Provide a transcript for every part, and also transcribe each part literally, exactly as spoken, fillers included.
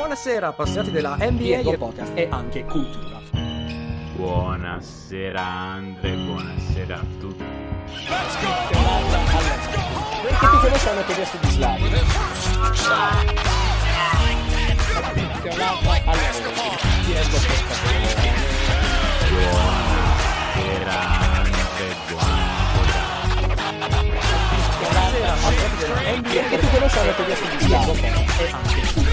Buonasera appassionati della N B A e podcast e anche cultura. Buonasera Andre, buonasera a tutti. Let's go! Perché tutti noi siamo tedeschi di Slavi. Buonasera Andre, buonasera. Perché tutti noi siamo tedeschi di Slavi. E anche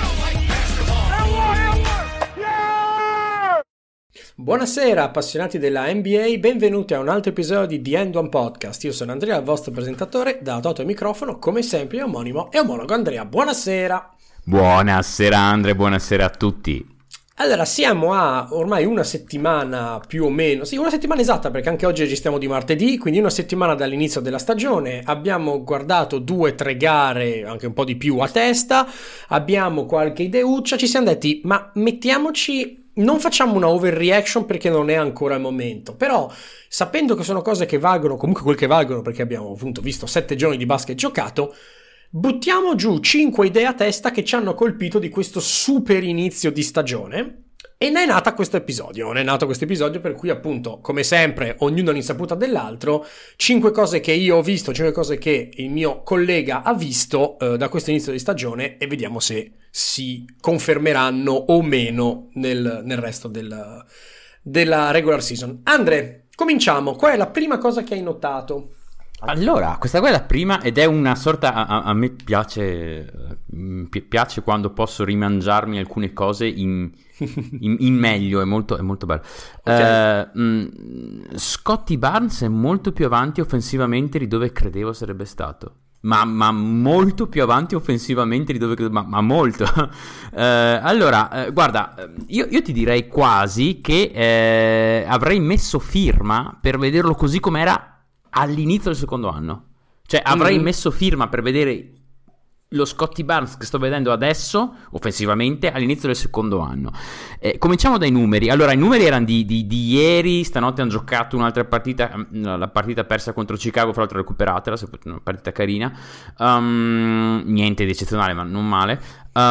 Buonasera appassionati della N B A, benvenuti a un altro episodio di The End One Podcast. Io sono Andrea, il vostro presentatore, da Toto al microfono, come sempre omonimo e omologo Andrea. Buonasera! Buonasera Andre, buonasera a tutti. Allora, siamo a ormai una settimana più o meno, sì, una settimana esatta perché anche oggi registriamo di martedì, quindi una settimana dall'inizio della stagione. Abbiamo guardato due, tre gare, anche un po' di più a testa, abbiamo qualche ideuccia, ci siamo detti, ma mettiamoci... Non facciamo una overreaction perché non è ancora il momento, però sapendo che sono cose che valgono comunque quel che valgono, perché abbiamo appunto visto sette giorni di basket giocato, buttiamo giù cinque idee a testa che ci hanno colpito di questo super inizio di stagione e ne è nata questo episodio, ne è nato questo episodio per cui appunto, come sempre, ognuno all'insaputa dell'altro, cinque cose che io ho visto, cinque cose che il mio collega ha visto eh, da questo inizio di stagione e vediamo se si confermeranno o meno nel, nel resto del, della regular season. Andre, cominciamo. Qual è la prima cosa che hai notato? Allora, questa qua è la prima ed è una sorta, a, a me piace pi- piace quando posso rimangiarmi alcune cose in, in, in meglio, è molto, è molto bello. Okay. Uh, mh, Scottie Barnes è molto più avanti offensivamente di dove credevo sarebbe stato. Ma, ma molto più avanti offensivamente di dove credo, ma, ma molto. uh, allora, uh, guarda, io, io ti direi quasi che uh, avrei messo firma per vederlo così com'era all'inizio del secondo anno. Cioè avrei mm. messo firma per vedere lo Scottie Barnes che sto vedendo adesso offensivamente all'inizio del secondo anno. Eh, cominciamo dai numeri. Allora, i numeri erano di, di, di ieri. Stanotte hanno giocato un'altra partita, la partita persa contro Chicago, fra l'altro recuperatela, una partita carina. Um, niente di eccezionale, ma non male.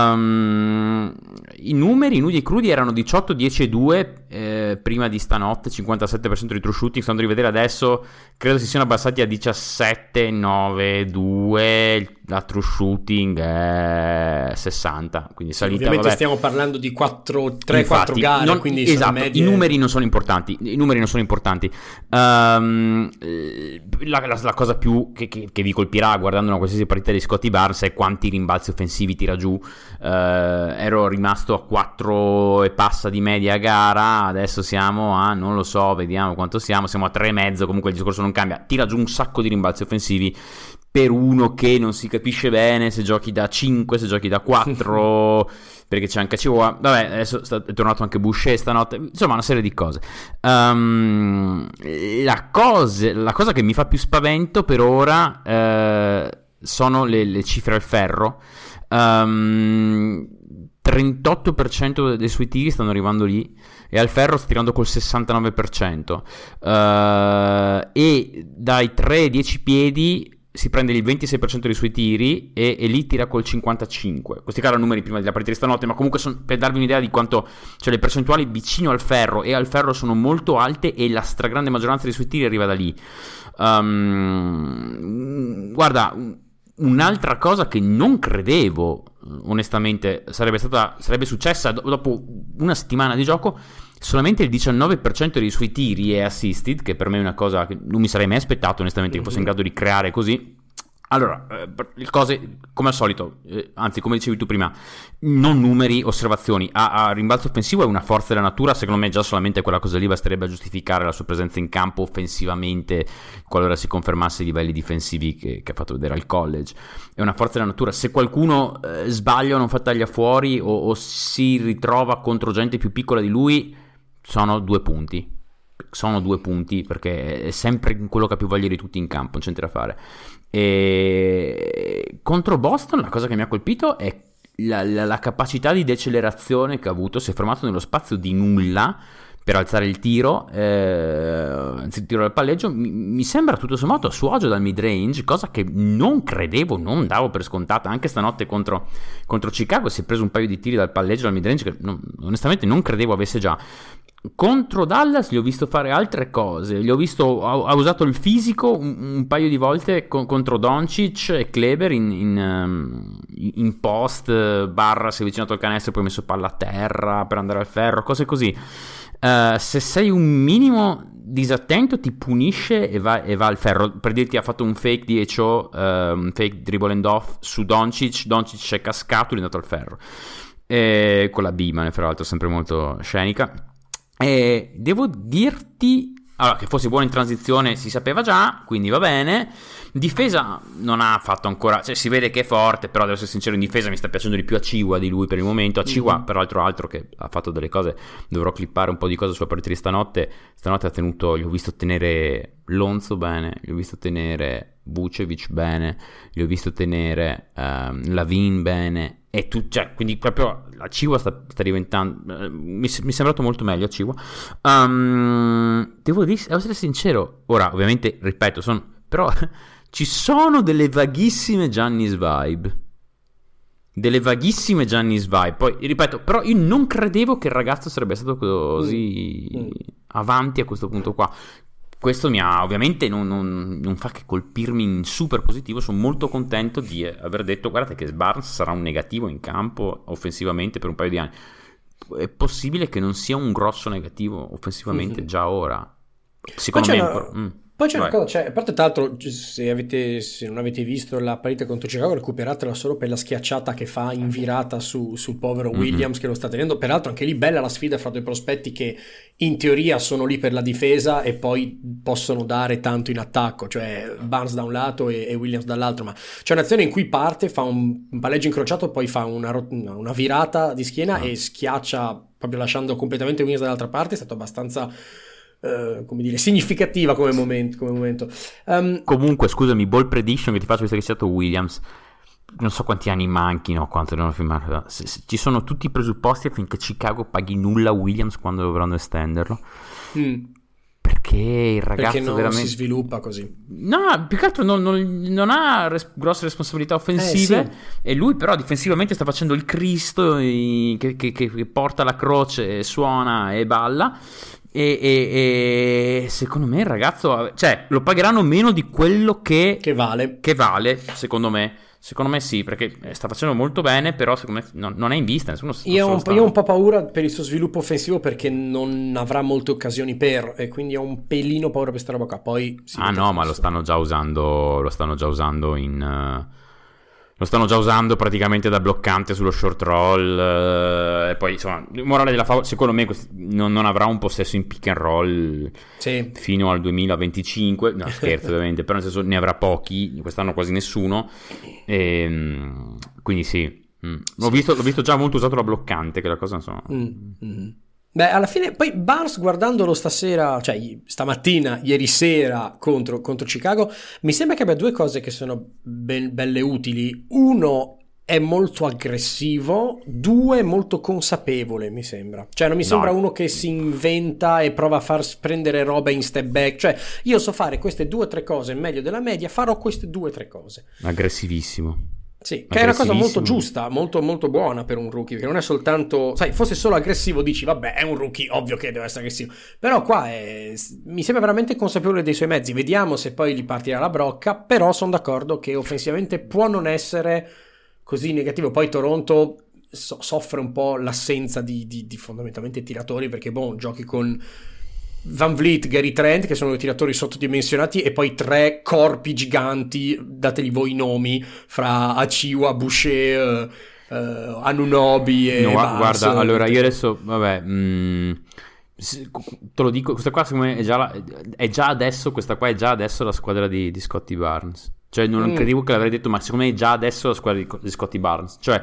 Um, i numeri, i nudi e crudi erano diciotto, dieci e due eh, prima di stanotte, cinquantasette per cento di true shooting. Sto andando a rivedere adesso, credo si siano abbassati a diciassette, nove, due. La true shooting è sessanta, quindi salita. Sì, ovviamente vabbè. Stiamo parlando di quattro, tre quattro gare, non, quindi esatto, sono medie... i numeri non sono importanti. I numeri non sono importanti. Um, la, la, la cosa più che, che, che vi colpirà guardando una qualsiasi partita di Scottie Barnes è quanti rimbalzi offensivi tira giù. Uh, ero rimasto a quattro e passa di media a gara, adesso siamo a, non lo so, vediamo quanto siamo, siamo a tre e mezzo, comunque il discorso non cambia. Tira giù un sacco di rimbalzi offensivi per uno che non si capisce bene se giochi da cinque, se giochi da quattro, perché c'è anche Chihuahua, vabbè, adesso è tornato anche Boucher stanotte, insomma una serie di cose. Um, la, cosa la cosa che mi fa più spavento per ora eh, sono le, le cifre al ferro. Um, trentotto per cento dei suoi tiri stanno arrivando lì e al ferro sta tirando col sessantanove per cento uh, e dai tre ai dieci piedi si prende il ventisei per cento dei suoi tiri e, e lì tira col cinquantacinque per cento. Questi erano numeri prima della partita di stanotte, ma comunque son, per darvi un'idea di quanto, cioè le percentuali vicino al ferro e al ferro sono molto alte e la stragrande maggioranza dei suoi tiri arriva da lì. Um, guarda, un'altra cosa che non credevo onestamente sarebbe stata sarebbe successa dopo una settimana di gioco, solamente il diciannove per cento dei suoi tiri è assisted, che per me è una cosa che non mi sarei mai aspettato onestamente, mm-hmm. che fosse in grado di creare così. Allora, eh, le cose come al solito, eh, anzi come dicevi tu prima, non numeri, osservazioni. A, a rimbalzo offensivo è una forza della natura, secondo me già solamente quella cosa lì basterebbe a giustificare la sua presenza in campo offensivamente qualora si confermasse i livelli difensivi che, che ha fatto vedere al college. È una forza della natura. Se qualcuno eh, sbaglia o non fa taglia fuori o, o si ritrova contro gente più piccola di lui, sono due punti. Sono due punti perché è sempre quello che ha più voglia di tutti in campo, non c'è niente da fare. E contro Boston la cosa che mi ha colpito è la, la, la capacità di decelerazione che ha avuto, si è fermato nello spazio di nulla per alzare il tiro, eh, il tiro dal palleggio, mi, mi sembra tutto sommato a suo agio dal mid range, cosa che non credevo, non davo per scontata. Anche stanotte contro, contro Chicago si è preso un paio di tiri dal palleggio dal mid range che non, onestamente non credevo avesse già. Contro Dallas gli ho visto fare altre cose, gli ho visto, ha, ha usato il fisico un, un paio di volte con, contro Doncic e Kleber in, in, um, in post, barra si è avvicinato al canestro e poi ha messo palla a terra per andare al ferro, cose così. Uh, se sei un minimo disattento ti punisce e va, e va al ferro. Per dirti, ha fatto un fake D H O, uh, un fake dribble and off su Doncic, Doncic è cascato e è andato al ferro, e con la B-man fra l'altro sempre molto scenica. E devo dirti, allora, che fosse buono in transizione si sapeva già, quindi va bene. Difesa non ha fatto ancora, cioè si vede che è forte, però devo essere sincero, in difesa mi sta piacendo di più Achiuwa di lui per il momento. Achiuwa mm-hmm. peraltro altro che ha fatto delle cose, dovrò clippare un po' di cose sulla partita di stanotte. Stanotte ha tenuto, gli ho visto tenere Lonzo bene, gli ho visto tenere Vucevic bene, gli ho visto tenere um, Lavin bene, e tu, cioè, quindi proprio Achiuwa sta, sta diventando, uh, mi, mi è sembrato molto meglio Achiuwa. Um, devo, dire, devo essere sincero, ora ovviamente ripeto, sono, però ci sono delle vaghissime Giannis vibe, delle vaghissime Giannis vibe. Poi ripeto, però io non credevo che il ragazzo sarebbe stato così mm. avanti a questo punto qua. Questo mi ha, ovviamente non, non, non fa che colpirmi in super positivo. Sono molto contento di aver detto: guardate che Barnes sarà un negativo in campo offensivamente per un paio di anni. È possibile che non sia un grosso negativo offensivamente mm-hmm. già ora, secondo me ancora. Mm. Poi c'è Vai. una cosa, cioè, a parte tra l'altro, se, avete, se non avete visto la partita contro Chicago, recuperatela solo per la schiacciata che fa in virata su, sul povero Williams mm-hmm. che lo sta tenendo. Peraltro anche lì bella la sfida fra due prospetti che in teoria sono lì per la difesa e poi possono dare tanto in attacco, cioè Barnes da un lato e, e Williams dall'altro. Ma c'è un'azione in cui parte, fa un, un palleggio incrociato, poi fa una, una virata di schiena mm. e schiaccia, proprio lasciando completamente Williams dall'altra parte. È stato abbastanza... Uh, come dire, significativa come momento, come momento. Um, comunque scusami, ball prediction che ti faccio, visto che è stato Williams, non so quanti anni manchino, quanto devono firmare, se, se, ci sono tutti i presupposti affinché Chicago paghi nulla a Williams quando dovranno estenderlo mm. perché il ragazzo perché non veramente si sviluppa così, no, più che altro non, non, non ha res- grosse responsabilità offensive, eh, sì. E lui però difensivamente sta facendo il Cristo e, che, che, che porta la croce, suona e balla. E, e, e secondo me il ragazzo, cioè, lo pagheranno meno di quello che, che vale. Che vale, secondo me. Secondo me sì, perché sta facendo molto bene, però secondo me non, non è in vista. Nessuno, io, ho un, io ho un po' paura per il suo sviluppo offensivo, perché non avrà molte occasioni per, e quindi ho un pelino paura per questa roba qua. Poi ah no, ma lo stanno già usando, lo stanno già usando in... Uh... Lo stanno già usando praticamente da bloccante sullo short roll, eh, e poi insomma, morale della favola, secondo me quest- non, non avrà un possesso in pick and roll sì. fino al duemilaventicinque, no scherzo ovviamente, però nel senso ne avrà pochi, quest'anno quasi nessuno, e, quindi sì, mm. l'ho, sì. Visto, l'ho visto già molto usato la bloccante, che è la cosa insomma... Mm-hmm. Beh, alla fine, poi Barnes, guardandolo stasera, cioè stamattina, ieri sera contro, contro Chicago, mi sembra che abbia due cose che sono ben, belle utili. Uno, è molto aggressivo, due, molto consapevole, mi sembra. Cioè non mi sembra no. uno che si inventa e prova a far prendere roba in step back. Cioè io so fare queste due o tre cose meglio della media, farò queste due o tre cose. Aggressivissimo. Sì, che è una cosa molto giusta, molto molto buona per un rookie, perché non è soltanto, sai, fosse solo aggressivo dici vabbè è un rookie, ovvio che deve essere aggressivo, però qua è, mi sembra veramente consapevole dei suoi mezzi. Vediamo se poi gli partirà la brocca, però sono d'accordo che offensivamente può non essere così negativo. Poi Toronto so- soffre un po' l'assenza di, di, di fondamentalmente tiratori, perché boh, giochi con Van Vliet, Gary Trent, che sono dei tiratori sottodimensionati, e poi tre corpi giganti, dateli voi i nomi, fra Achiuwa, Boucher, uh, uh, Anunoby e no, Barnes. Guarda, allora io adesso, vabbè, mh, te lo dico, questa qua secondo me è già, la, è già adesso, questa qua è già adesso la squadra di, di Scottie Barnes. Cioè non mm. credevo che l'avrei detto, ma secondo me è già adesso la squadra di, di Scottie Barnes. Cioè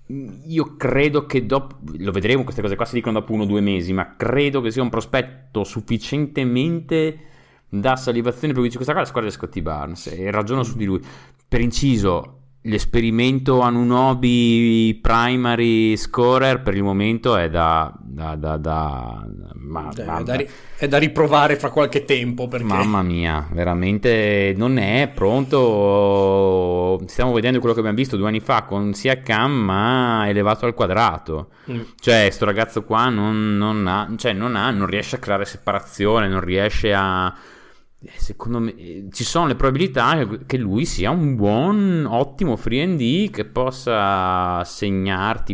io credo che dopo, lo vedremo, queste cose qua si dicono dopo uno o due mesi, ma credo che sia un prospetto sufficientemente da salivazione per cui dice questa qua è la squadra di Scottie Barnes, e ragiono su di lui. Per inciso, l'esperimento Anunoby primary scorer per il momento è da da da, da, ma, è, ma, da ri- è da riprovare fra qualche tempo, perché mamma mia, veramente non è pronto. Stiamo vedendo quello che abbiamo visto due anni fa con Siakam, ma elevato al quadrato. Mm. Cioè sto ragazzo qua non, non ha, cioè non ha, non riesce a creare separazione, non riesce a, secondo me ci sono le probabilità che lui sia un buon, ottimo tre and D che possa segnarti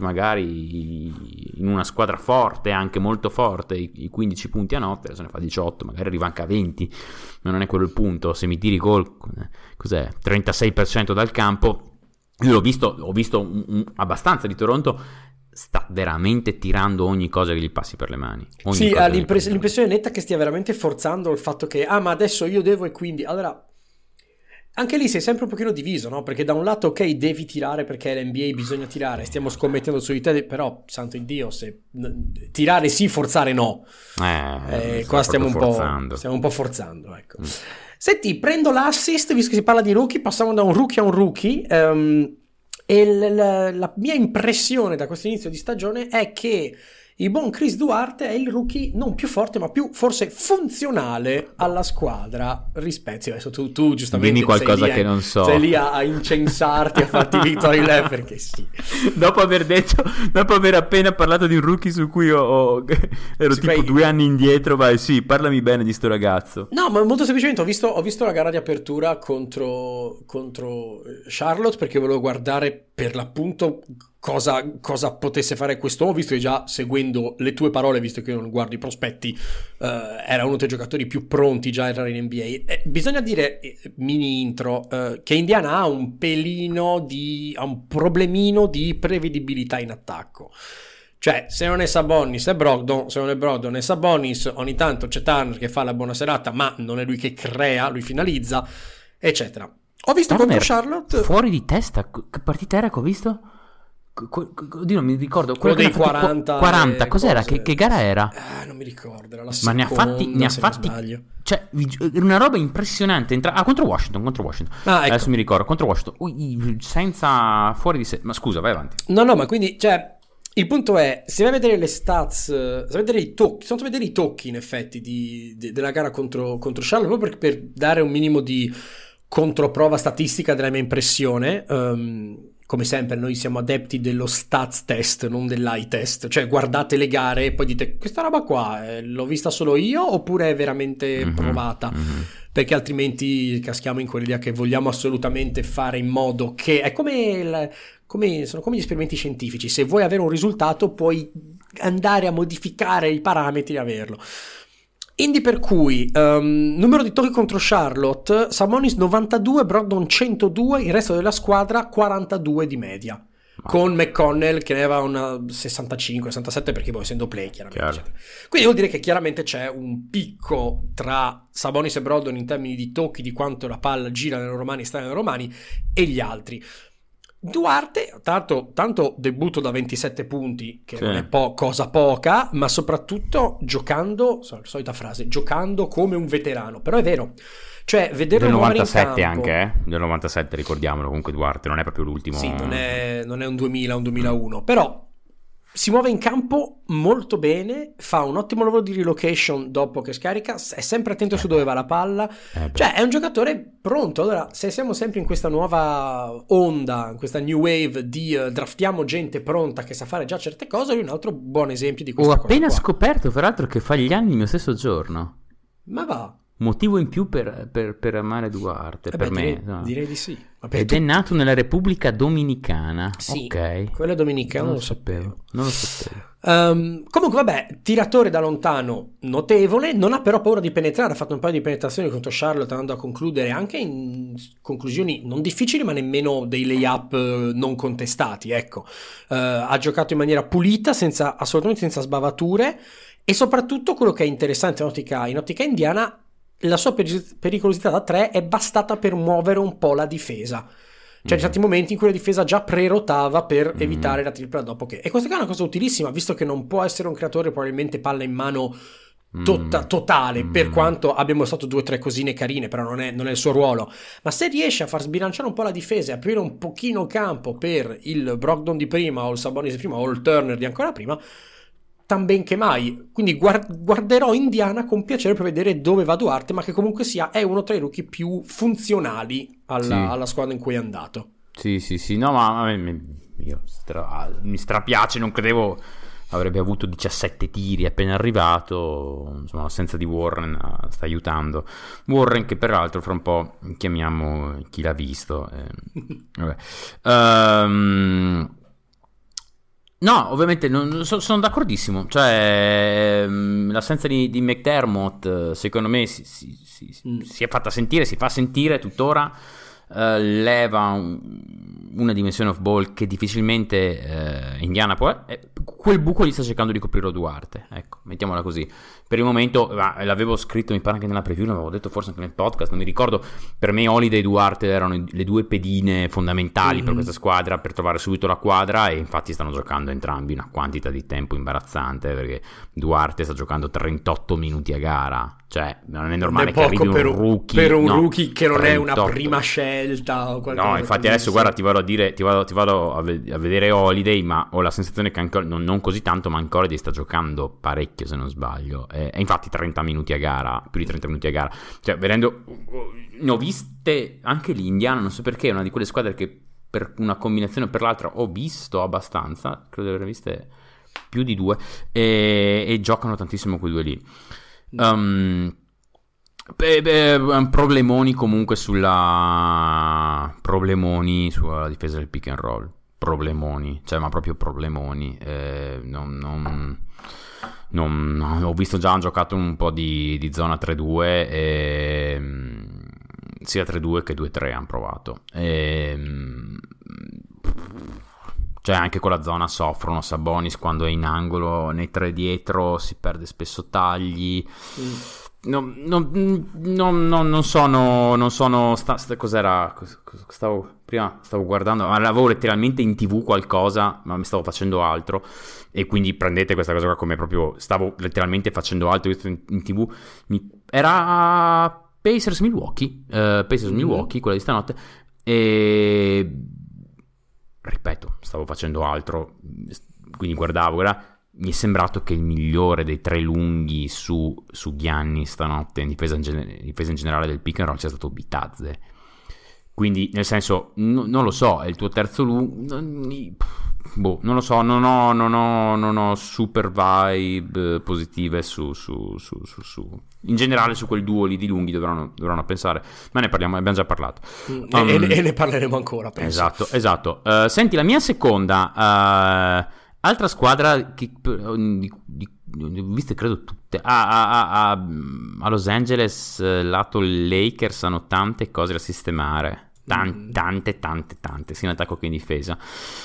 magari in una squadra forte, anche molto forte, i quindici punti a notte. Adesso ne fa diciotto, magari arriva anche a venti, ma non è quello il punto. Se mi tiri gol, cos'è, trentasei per cento dal campo. Io l'ho visto, ho visto un, un, abbastanza di Toronto. Sta veramente tirando ogni cosa che gli passi per le mani. Ogni sì, ha l'impress- l'impressione netta che stia veramente forzando il fatto che ah, ma adesso io devo, e quindi allora anche lì sei sempre un pochino diviso, no? Perché da un lato ok, devi tirare perché l'N B A bisogna tirare, stiamo scommettendo su di te, però santo in Dio, se tirare sì, forzare no. Eh, eh qua stiamo un forzando. po' stiamo un po' forzando, ecco. Mm. Senti, prendo l'assist, visto che si parla di rookie, passiamo da un rookie a un rookie. Um, E la, la mia impressione da questo inizio di stagione è che il buon Chris Duarte è il rookie non più forte ma più forse funzionale alla squadra rispetto adesso tu, tu giustamente dimmi qualcosa sei che a, non so, sei lì a, a incensarti a farti victory lap perché sì, dopo aver detto, dopo aver appena parlato di un rookie su cui ho, ho ero sì, tipo poi... due anni indietro, vai sì, parlami bene di sto ragazzo. No, ma molto semplicemente ho visto, ho visto la gara di apertura contro, contro Charlotte perché volevo guardare per l'appunto cosa, cosa potesse fare quest'uomo, visto che già seguendo le tue parole, visto che io non guardo i prospetti, uh, era uno dei giocatori più pronti già a entrare in N B A. Eh, bisogna dire, eh, mini intro, uh, che Indiana ha un pelino di, ha un problemino di prevedibilità in attacco. Cioè, se non è Sabonis è Brogdon, se non è Brogdon è Sabonis, ogni tanto c'è Turner che fa la buona serata, ma non è lui che crea, lui finalizza, eccetera. Ho visto Turner, contro Charlotte... Fuori di testa, che partita era che ho visto? Oddio, non mi ricordo. Quello dei quaranta. quaranta, cos'era? Che, che gara era? Ah, non mi ricordo, era la Ma ne ha fatti, ne ha fatti, cioè, una roba impressionante. Entra... Ah, contro Washington, contro Washington. Ah, ecco. Adesso mi ricordo, contro Washington. Ui, senza, fuori di sé. Ma scusa, vai avanti. No, no, ma quindi, cioè, il punto è, se vai a vedere le stats, se vai a vedere i tocchi, sono a vedere i tocchi, in effetti, di, di, della gara contro, contro Charlotte, proprio per, per dare un minimo di controprova statistica della mia impressione. Um, come sempre noi siamo adepti dello stats test, non dell'eye test, cioè guardate le gare e poi dite questa roba qua eh, l'ho vista solo io oppure è veramente mm-hmm, provata, mm-hmm. Perché altrimenti caschiamo in quell'idea che vogliamo assolutamente fare in modo che è come, il, come sono come gli esperimenti scientifici, se vuoi avere un risultato puoi andare a modificare i parametri e averlo. Quindi per cui um, numero di tocchi contro Charlotte, Sabonis novantadue, Brogdon centodue, il resto della squadra quarantadue di media, ma... con McConnell che ne aveva una sessantacinque sessantasette perché poi essendo play chiaramente. Quindi vuol dire che chiaramente c'è un picco tra Sabonis e Brogdon in termini di tocchi, di quanto la palla gira nelle loro mani, sta nelle loro mani, e gli altri. Duarte, tanto, tanto debutto da ventisette punti, che sì. non è po- cosa poca, ma soprattutto giocando, so, la solita frase, giocando come un veterano, però è vero, cioè vederlo del novantasette in campo, anche, eh? Del novantasette, ricordiamolo, comunque Duarte non è proprio l'ultimo. Sì, non è, non è un duemila, un duemilauno, però si muove in campo molto bene, fa un ottimo lavoro di relocation dopo che scarica, è sempre attento eh su dove va la palla, eh cioè è un giocatore pronto. Allora, se siamo sempre in questa nuova onda, in questa new wave di uh, draftiamo gente pronta che sa fare già certe cose, lui è un altro buon esempio di questa cosa. Ho cosa appena qua. scoperto, peraltro, che fa gli anni il mio stesso giorno. Ma va. Motivo in più per, per, per amare Duarte, eh per beh, me direi, no. direi di sì. Ed tu... è nato nella Repubblica Dominicana. Sì, ok, quella dominicana non lo sapevo, sapevo. Non lo sapevo. Um, comunque vabbè, tiratore da lontano notevole, non ha però paura di penetrare, ha fatto un paio di penetrazioni contro Charlotte andando a concludere anche in conclusioni non difficili ma nemmeno dei layup non contestati, ecco. Uh, ha giocato in maniera pulita, senza, assolutamente senza sbavature, e soprattutto quello che è interessante in ottica, in ottica indiana, la sua pericolosità da tre è bastata per muovere un po' la difesa. Cioè, mm-hmm. certi momenti in cui la difesa già prerotava per mm-hmm. evitare la tripla dopo che. E questa è una cosa utilissima, visto che non può essere un creatore probabilmente palla in mano Tota- totale, Mm. per quanto abbiamo stato due o tre cosine carine, però non è, non è il suo ruolo. Ma se riesce a far sbilanciare un po' la difesa e aprire un pochino campo per il Brogdon di prima o il Sabonis di prima o il Turner di ancora prima, tan ben che mai. Quindi guard- guarderò Indiana con piacere per vedere dove va Duarte, ma che comunque sia è uno tra i rookie più funzionali alla, Sì. alla squadra in cui è andato. Sì, sì, sì, no, ma a me- io stra- mi strapiace, non credevo avrebbe avuto diciassette tiri appena arrivato, insomma l'assenza di Warren uh, sta aiutando. Warren che peraltro fra un po' chiamiamo chi l'ha visto. Eh, vabbè. Um, no, ovviamente non, so, sono d'accordissimo, cioè ehm, l'assenza di, di McDermott secondo me si, si, si, Mm. si è fatta sentire, si fa sentire tuttora. Uh, leva un, una dimensione off ball che difficilmente uh, Indiana può, eh, quel buco gli sta cercando di coprirlo Duarte, ecco, mettiamola così. Per il momento, ma, l'avevo scritto mi pare anche nella preview, l'avevo detto forse anche nel podcast, non mi ricordo, per me Holiday e Duarte erano le due pedine fondamentali mm-hmm. per questa squadra, per trovare subito la quadra, e infatti stanno giocando entrambi una quantità di tempo imbarazzante, perché Duarte sta giocando trentotto minuti a gara, cioè non è normale non è che poco arrivi per un rookie per un no, rookie che non trentotto. È una prima scelta o qualcosa. No, infatti adesso guarda, ti vado a dire, ti vado, ti vado a, ve- a vedere Holiday, ma ho la sensazione che anche non, non così tanto, ma anche Holiday sta giocando parecchio se non sbaglio, e, e infatti trenta minuti a gara, più di trenta minuti a gara, cioè vedendo, ne ho viste anche l'Indiana, non so perché, è una di quelle squadre che per una combinazione o per l'altra ho visto abbastanza, credo di aver viste più di due, e, e giocano tantissimo quei due lì. Um, Beh, beh, problemoni comunque sulla problemoni sulla difesa del pick and roll, problemoni, cioè ma proprio problemoni, eh, non, non, non, non ho visto già, hanno giocato un po' di, di zona tre due e, sia tre due che due tre hanno provato, e, cioè anche con la zona soffrono. Sabonis quando è in angolo nei tre dietro si perde spesso tagli. mm. No, no, no, no, non sono, non sono sta, sta, cos'era? Stavo, prima stavo guardando, avevo letteralmente in tv qualcosa, ma mi stavo facendo altro, e quindi prendete questa cosa qua come proprio, stavo letteralmente facendo altro in, in tv, mi, era Pacers Milwaukee, uh, Pacers mm-hmm. Milwaukee, quella di stanotte, e ripeto, stavo facendo altro, quindi guardavo, guardavo. Mi è sembrato che il migliore dei tre lunghi su, su Giannis stanotte in difesa in, gen- difesa in generale del pick and roll sia stato Bitadze. Quindi, nel senso, n- non lo so, è il tuo terzo lungo. Boh, non lo so, non ho, non ho, non ho super vibe positive su, su, su, su, su. In generale, su quel duo lì di lunghi dovranno, dovranno pensare, ma ne parliamo, abbiamo già parlato. Mm, um, e, e ne parleremo ancora. Penso. Esatto, esatto. Uh, senti, la mia seconda. Uh, Altra squadra che di, di, di, viste credo tutte a, a, a, a Los Angeles lato Lakers hanno tante cose da sistemare, Tan, tante tante tante sia in attacco che in difesa,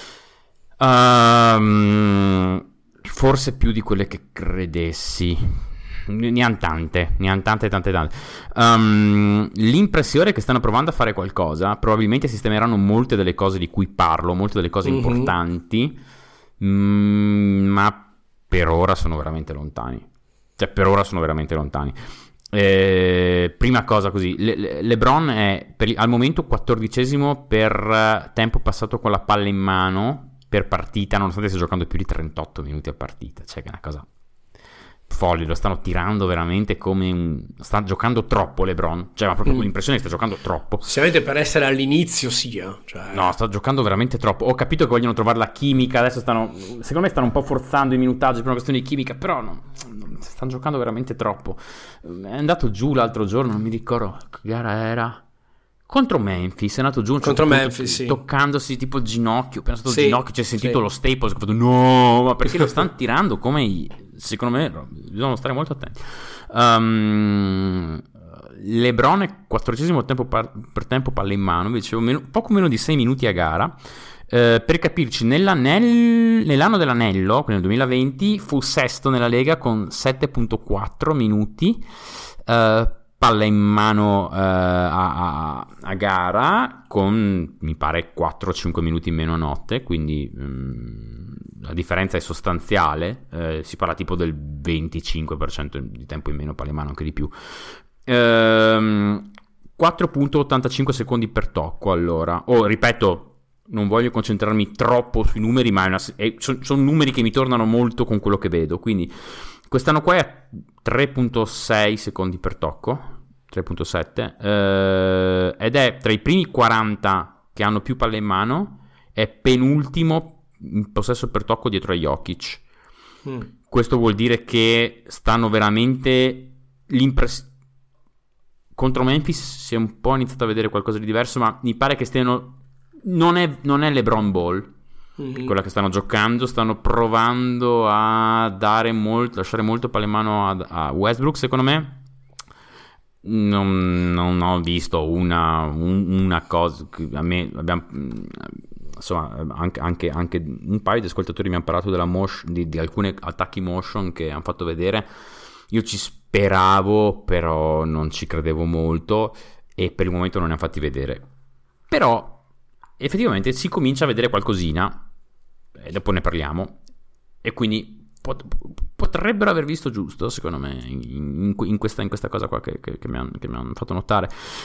um, forse più di quelle che credessi, ne hanno tante ne hanno tante tante tante um, l'impressione è che stanno provando a fare qualcosa, probabilmente sistemeranno molte delle cose di cui parlo, molte delle cose mm-hmm. importanti. Mm, ma per ora sono veramente lontani, cioè per ora sono veramente lontani. Eh, prima cosa così, Le- Le- LeBron è per, al momento quattordicesimo per tempo passato con la palla in mano per partita, nonostante stia giocando più di trentotto minuti a partita, cioè che è una cosa folle, lo stanno tirando veramente come un... sta giocando troppo LeBron, cioè ma proprio mm. l'impressione che sta giocando troppo, sicuramente per essere all'inizio sia, cioè... no, sta giocando veramente troppo. Ho capito che vogliono trovare la chimica, adesso stanno, secondo me stanno un po' forzando i minutaggi per una questione di chimica, però no, stanno giocando veramente troppo. È andato giù l'altro giorno, non mi ricordo che gara era, contro Memphis, è andato giù un contro certo Memphis, punto, sì. toccandosi tipo il ginocchio, pensato sì, il ginocchio, c'è sentito sì. lo Staples, ho fatto no, ma perché lo stanno tirando come i... secondo me bisogna stare molto attenti. um, LeBron è quattordicesimo tempo par- per tempo palla in mano, invece meno, poco meno di sei minuti a gara. Uh, per capirci, nell'anno dell'anello, quindi nel duemilaventi, fu sesto nella Lega con sette virgola quattro minuti uh, palla in mano uh, a, a, a gara, con mi pare quattro cinque minuti in meno a notte, quindi um, la differenza è sostanziale, uh, si parla tipo del venticinque per cento di tempo in meno palla in mano, anche di più. Uh, quattro virgola ottantacinque secondi per tocco, allora. Oh, ripeto, non voglio concentrarmi troppo sui numeri, ma sono son numeri che mi tornano molto con quello che vedo, quindi quest'anno qua è tre virgola sei secondi per tocco, tre virgola sette, eh, ed è tra i primi quaranta che hanno più palle in mano, è penultimo in possesso per tocco dietro a Jokic. Mm. Questo vuol dire che stanno veramente l'impressione. Contro Memphis si è un po' iniziato a vedere qualcosa di diverso, ma mi pare che stiano. Non è, non è LeBron Ball. Mm-hmm. Quella che stanno giocando, stanno provando a dare molto, lasciare molto palle in mano a, a Westbrook. Secondo me non, non ho visto una, un, una cosa che a me abbiamo, insomma, anche, anche, anche un paio di ascoltatori mi hanno parlato della motion, di, di alcuni attacchi motion che hanno fatto vedere. Io ci speravo, però non ci credevo molto, e per il momento non ne hanno fatti vedere. Però effettivamente si comincia a vedere qualcosina, e dopo ne parliamo, e quindi pot- potrebbero aver visto giusto, secondo me, in, in, questa, in questa cosa qua che, che, che, mi hanno, che mi hanno fatto notare.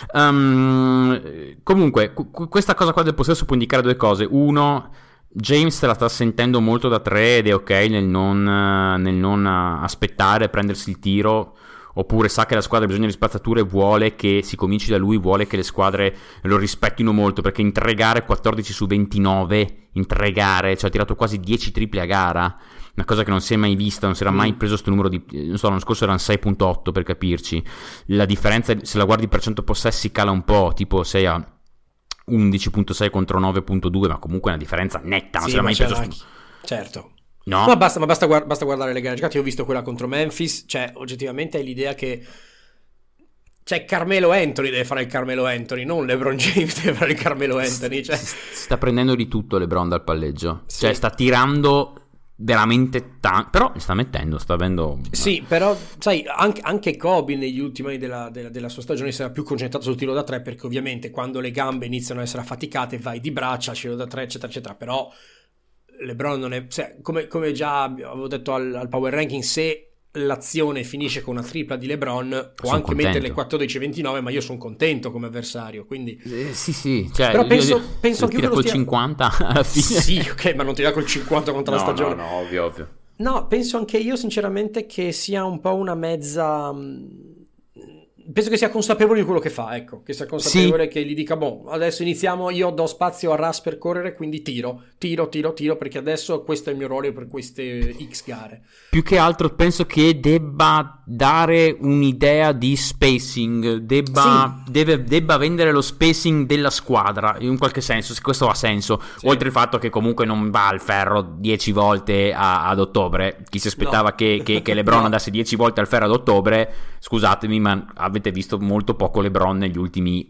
Um, comunque, cu- questa cosa qua del possesso può indicare due cose. Uno, James se la sta sentendo molto da tre ed è ok nel non, nel non aspettare, prendersi il tiro, oppure sa che la squadra ha bisogno di spazzature e vuole che si cominci da lui, vuole che le squadre lo rispettino molto, perché in tre gare quattordici su ventinove, in tre gare, cioè ha tirato quasi dieci tripli a gara, una cosa che non si è mai vista, non si era mai preso sto numero di, non so, l'anno scorso erano sei virgola otto per capirci. La differenza, se la guardi per cento possessi, cala un po', tipo sei a undici virgola sei contro nove virgola due, ma comunque è una differenza netta, non sì, si era mai preso sto... sto... certo. No? Ma basta, ma basta, guard- basta guardare le gare giocate. Io ho visto quella contro Memphis, cioè oggettivamente hai l'idea che cioè Carmelo Anthony deve fare il Carmelo Anthony, non LeBron James deve fare il Carmelo Anthony, cioè... si sta prendendo di tutto LeBron dal palleggio, sì. Cioè sta tirando veramente tanto, però li sta mettendo, sta avendo... Sì, però sai, anche, anche Kobe negli ultimi anni della, della, della sua stagione si era più concentrato sul tiro da tre, perché ovviamente quando le gambe iniziano a essere affaticate vai di braccia, tiro da tre eccetera eccetera, però LeBron non è, cioè, come, come già avevo detto al, al power ranking, se l'azione finisce con una tripla di LeBron può sono anche contento. metterle quattordici ventinove, ma io sono contento come avversario, quindi eh, sì sì, cioè, però penso, io, penso anche tira che col stia... cinquanta alla fine. Sì, ok, ma non tira col cinquanta contro no, la stagione. no no ovvio ovvio No, penso anche io sinceramente che sia un po' una mezza... Penso che sia consapevole di quello che fa, ecco, che sia consapevole, sì. Che gli dica, boh, adesso iniziamo, io do spazio a Russ per correre, quindi tiro, tiro, tiro, tiro, perché adesso questo è il mio ruolo per queste X gare. Più che altro penso che debba dare un'idea di spacing, debba, sì. deve, debba vendere lo spacing della squadra, in un qualche senso, se questo ha senso, sì. Oltre il fatto che comunque non va al ferro dieci volte a, ad ottobre, chi si aspettava no. che, che, che LeBron no. andasse dieci volte al ferro ad ottobre, scusatemi, ma avete visto molto poco LeBron negli ultimi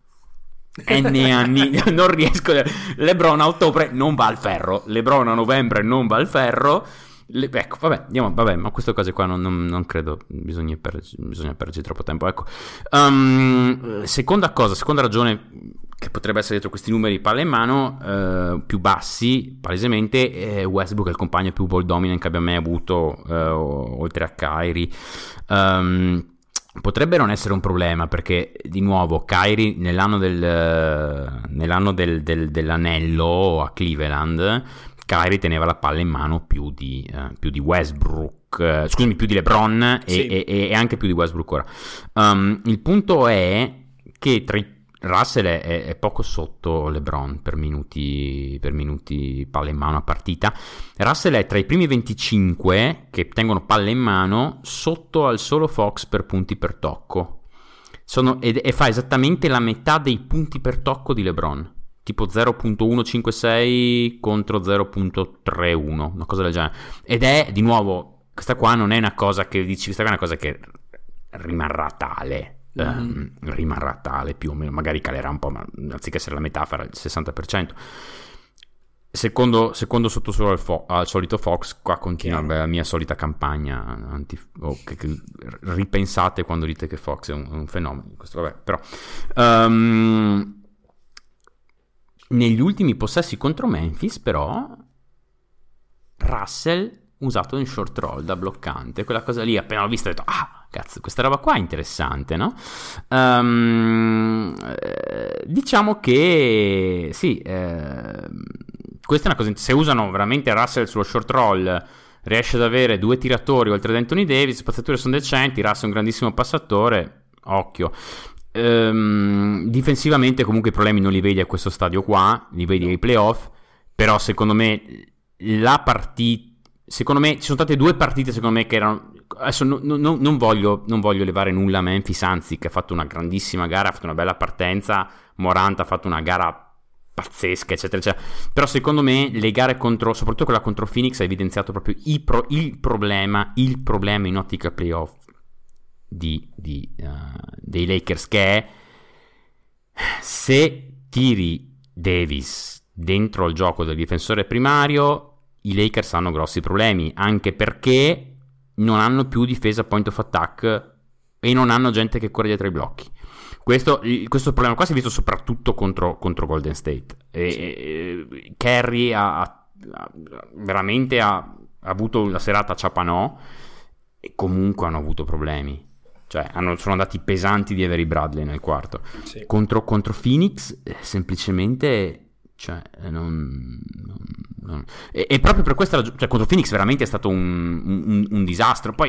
n anni. Non riesco. LeBron a ottobre non va al ferro, LeBron a novembre non va al ferro. Le... ecco, vabbè, andiamo, vabbè, ma queste cose qua non, non, non credo bisogna, per... bisogna perderci troppo tempo. Ecco, um, seconda cosa, seconda ragione che potrebbe essere dietro questi numeri palla in mano uh, più bassi, palesemente, è Westbrook è il compagno più ball dominant che abbia mai avuto, uh, oltre a Kyrie. Um, Potrebbe non essere un problema, perché di nuovo Kyrie nell'anno del nell'anno del, del, dell'anello a Cleveland, Kyrie teneva la palla in mano più di, uh, più di Westbrook, uh, scusami, più di LeBron, sì. e, e, e anche più di Westbrook ora. Um, il punto è che tra i Russell è, è poco sotto LeBron per minuti, per minuti palle in mano a partita. Russell è tra i primi venticinque che tengono palle in mano, sotto al solo Fox per punti per tocco. Sono, ed, e fa esattamente la metà dei punti per tocco di LeBron, tipo zero virgola centocinquantasei contro zero virgola trentuno, una cosa del genere. Ed è, di nuovo, questa qua non è una cosa che dici, questa qua è una cosa che rimarrà tale. Um, rimarrà tale più o meno, magari calerà un po', ma anziché essere la metà farà il sessanta per cento. Secondo, secondo sottosuolo al, fo- al solito Fox, qua continua Chiaro. beh, la mia solita campagna anti- oh, che, che ripensate quando dite che Fox è un, un fenomeno. Questo, vabbè, però um, negli ultimi possessi contro Memphis, però Russell usato in short roll da bloccante, quella cosa lì appena l'ho vista ho detto ah cazzo, questa roba qua è interessante, no? Um, eh, diciamo che sì, eh, questa è una cosa, se usano veramente Russell sullo short roll riesce ad avere due tiratori oltre ad Anthony Davis, spazzature sono decenti, Russell è un grandissimo passatore, occhio. Um, difensivamente comunque i problemi non li vedi a questo stadio qua, li vedi ai playoff, però secondo me la partita secondo me ci sono state due partite secondo me che erano adesso no, no, non, voglio, non voglio levare nulla a Memphis, anzi che ha fatto una grandissima gara, ha fatto una bella partenza, Morant ha fatto una gara pazzesca eccetera eccetera, però secondo me le gare contro, soprattutto quella contro Phoenix, ha evidenziato proprio il, pro, il problema il problema in ottica playoff di, di, uh, dei Lakers, che è se tiri Davis dentro il gioco del difensore primario i Lakers hanno grossi problemi, anche perché non hanno più difesa point of attack e non hanno gente che corre dietro i blocchi. Questo, questo problema qua si è visto soprattutto contro, contro Golden State. E, sì. e, Curry ha, ha, veramente ha, ha avuto la serata a Ciapanò e comunque hanno avuto problemi. Cioè hanno, sono andati pesanti di Avery Bradley nel quarto. Sì. Contro, contro Phoenix eh, semplicemente... Cioè, non, non, non. E, e proprio per questa ragione, cioè, contro Phoenix veramente è stato un, un, un disastro. Poi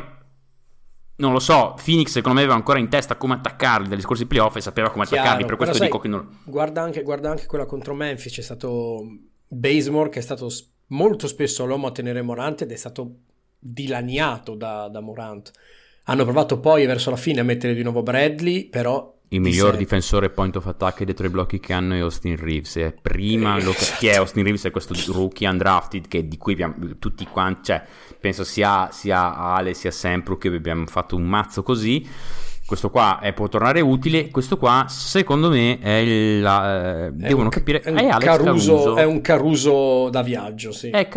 non lo so, Phoenix secondo me aveva ancora in testa come attaccarli dagli scorsi playoff e sapeva come Chiaro, attaccarli, per questo sai, dico che non... guarda anche, guarda anche quella contro Memphis, c'è stato Bazemore che è stato molto spesso l'uomo a tenere Morant ed è stato dilaniato da, da Morant. Hanno provato poi verso la fine a mettere di nuovo Bradley, però il miglior sé. difensore point of attack dietro i blocchi che hanno è Austin Reeves. E prima lo, chi è Austin Reeves? È questo rookie undrafted che di cui abbiamo tutti quanti, cioè penso sia, sia Ale sia Sempru che abbiamo fatto un mazzo così. Questo qua è, può tornare utile. Questo qua secondo me è il, la, è devono un, capire è un, è Alex Caruso, Caruso è un Caruso da viaggio, sì. È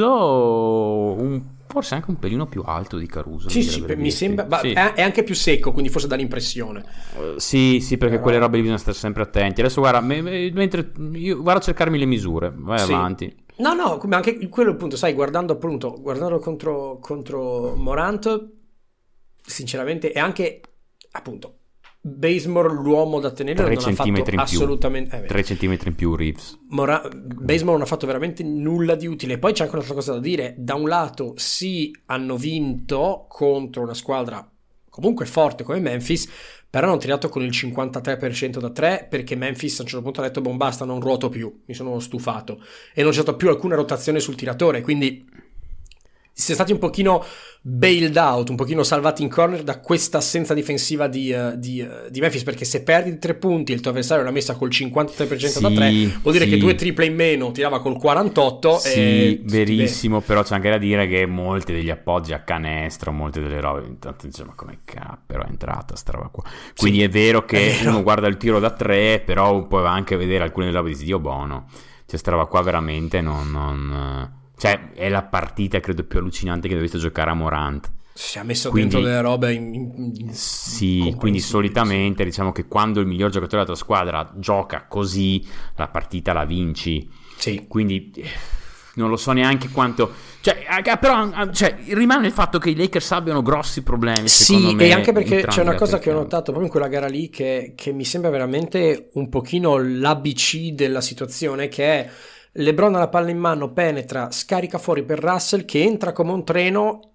Caruso un forse anche un pelino più alto di Caruso. Sì, sì, mi sembra, ma sì. È, è anche più secco, quindi forse dà l'impressione. Uh, sì, sì, perché Però... quelle robe bisogna stare sempre attenti. Adesso guarda, me, me, mentre io vado a cercarmi le misure, vai sì. avanti. No, no, come anche quello appunto, sai, guardando appunto, guardando contro, contro Morant, sinceramente, è anche appunto Bazemore l'uomo da tenere tre non centimetri ha fatto in più assolutamente eh, tre centimetri in più Reeves. Mora- Bazemore non ha fatto veramente nulla di utile. Poi c'è anche un'altra cosa da dire: da un lato sì, hanno vinto contro una squadra comunque forte come Memphis, però hanno tirato con il cinquantatré per cento da tre, perché Memphis a un certo punto ha detto boh, basta, non ruoto più, mi sono stufato, e non c'è stata più alcuna rotazione sul tiratore, quindi si è stati un pochino bailed out, un pochino salvati in corner da questa assenza difensiva di, uh, di, uh, di Memphis, perché se perdi di tre punti e il tuo avversario l'ha messa col cinquantatré per cento sì, da tre, vuol dire sì. che due triple in meno tirava col quarantotto. Sì, e... verissimo, però c'è anche da dire che molti degli appoggi a canestro, molte delle robe, intanto dice ma come cappero è entrata sta roba qua. Quindi sì, è vero che è vero. Uno guarda il tiro da tre, però può anche vedere alcune delle robe di Dio buono, cioè sta roba qua veramente non... non... Cioè, è la partita, credo, più allucinante che ho visto giocare a Morant. Si è messo quindi, dentro delle robe in, in, in sì, quindi solitamente diciamo che quando il miglior giocatore della tua squadra gioca così, la partita la vinci. Sì. Quindi non lo so neanche quanto... Cioè, però cioè, rimane il fatto che i Lakers abbiano grossi problemi, secondo sì, me. E anche perché c'è una cosa che ho notato proprio in quella gara lì che, che mi sembra veramente un pochino l'A B C della situazione, che è LeBron ha la palla in mano, penetra, scarica fuori per Russell che entra come un treno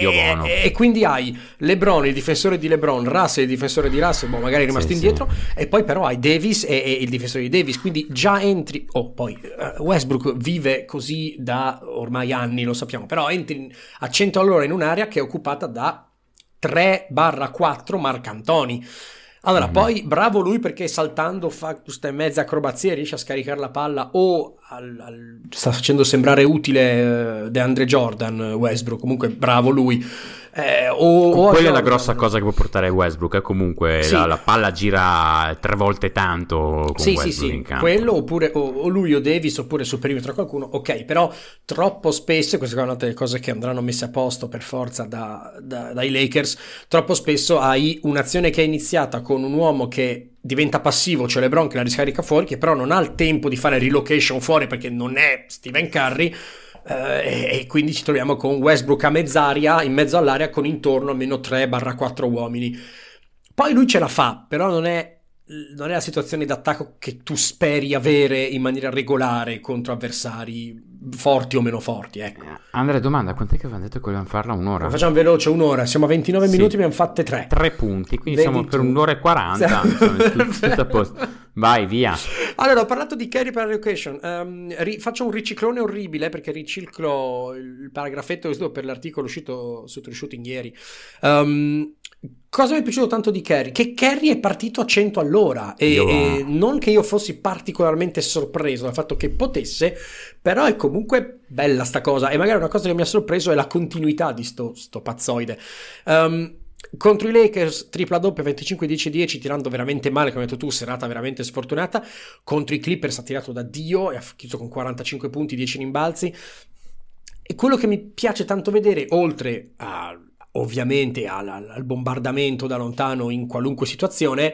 e, e quindi hai LeBron, il difensore di LeBron, Russell, il difensore di Russell, boh, magari è rimasto sì, indietro, sì. E poi però hai Davis e, e il difensore di Davis, quindi già entri, oh poi uh, Westbrook vive così da ormai anni, lo sappiamo, però entri a cento all'ora in un'area che è occupata da tre quattro Marcantoni. Allora, mm-hmm. poi bravo lui perché saltando fa queste mezze acrobazie, riesce a scaricare la palla o al, al, sta facendo sembrare utile uh, DeAndre Jordan, Westbrook, comunque bravo lui. Eh, o, o quella è la Jordan. grossa cosa che può portare Westbrook, è comunque Sì. la, la palla gira tre volte tanto con Sì, Westbrook sì, sì, in campo. quello oppure o, o lui o Davis oppure sul perimetro qualcuno, ok, però troppo spesso, queste sono una delle cose che andranno messe a posto per forza da, da, dai Lakers, troppo spesso hai un'azione che è iniziata con un uomo che diventa passivo, cioè LeBron che la riscarica fuori, che però non ha il tempo di fare relocation fuori perché non è Stephen Curry, eh, e quindi ci troviamo con Westbrook a mezz'aria, in mezzo all'area, con intorno almeno tre quattro uomini. Poi lui ce la fa, però non è non è la situazione d'attacco che tu speri avere in maniera regolare contro avversari forti o meno forti, ecco. Andrea, domanda, quant'è che avevano detto che volevano farla? Un'ora? Lo facciamo veloce, un'ora, siamo a ventinove Sì. minuti, abbiamo fatte tre. Tre punti, quindi Vedi siamo per tu. un'ora e quaranta, insomma, tutto, tutto a posto. Vai, via. Allora, ho parlato di Curry per relocation. Um, ri- faccio un riciclone orribile perché riciclo il paragrafetto per l'articolo uscito su True Shooting ieri. Um, cosa mi è piaciuto tanto di Curry? Che Curry è partito a cento all'ora e, Io- e non che io fossi particolarmente sorpreso dal fatto che potesse, però è comunque bella sta cosa, e magari una cosa che mi ha sorpreso è la continuità di sto, sto pazzoide. Um, contro i Lakers tripla doppia venticinque dieci dieci, tirando veramente male, come hai detto tu, serata veramente sfortunata. Contro i Clippers ha tirato da Dio e ha chiuso con quarantacinque punti, dieci rimbalzi. E quello che mi piace tanto vedere, oltre a ovviamente al, al bombardamento da lontano in qualunque situazione,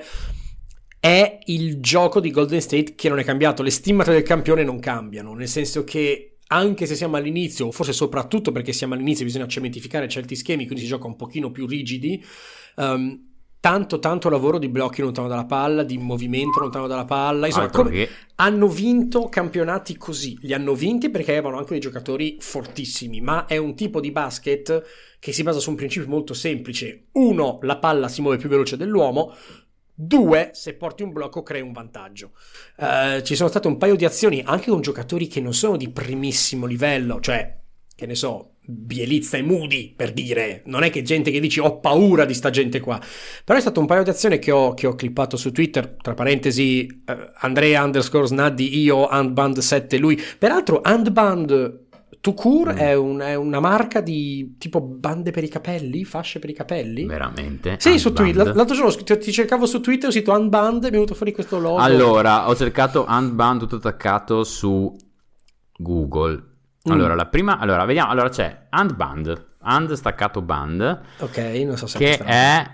è il gioco di Golden State che non è cambiato. Le stimmate del campione non cambiano, nel senso che anche se siamo all'inizio, o forse soprattutto perché siamo all'inizio, bisogna cementificare certi schemi, quindi si gioca un pochino più rigidi. Um, tanto tanto lavoro di blocchi lontano dalla palla, di movimento lontano dalla palla, insomma, Altro come che- hanno vinto campionati così. Li hanno vinti perché avevano anche dei giocatori fortissimi, ma è un tipo di basket che si basa su un principio molto semplice: uno, la palla si muove più veloce dell'uomo; due, se porti un blocco crei un vantaggio. Eh, ci sono state un paio di azioni anche con giocatori che non sono di primissimo livello, cioè, che ne so, Bielizza e Moody, per dire. Non è che gente che dici ho paura di sta gente qua, però è stato un paio di azioni che ho, che ho clippato su Twitter, tra parentesi eh, Andrea underscore Snaddi, io handband sette lui. Peraltro handband Tukur Mm. è, un- è una marca di tipo bande per i capelli, fasce per i capelli. Veramente? Sì, su Handband? Twitter. L'altro giorno ti, ti cercavo su Twitter, ho scritto handband e mi è venuto fuori questo logo. Allora, ho cercato handband tutto attaccato su Google. Allora, Mm. la prima, allora, vediamo, allora c'è handband, hand staccato band, Ok, non so se che questa- è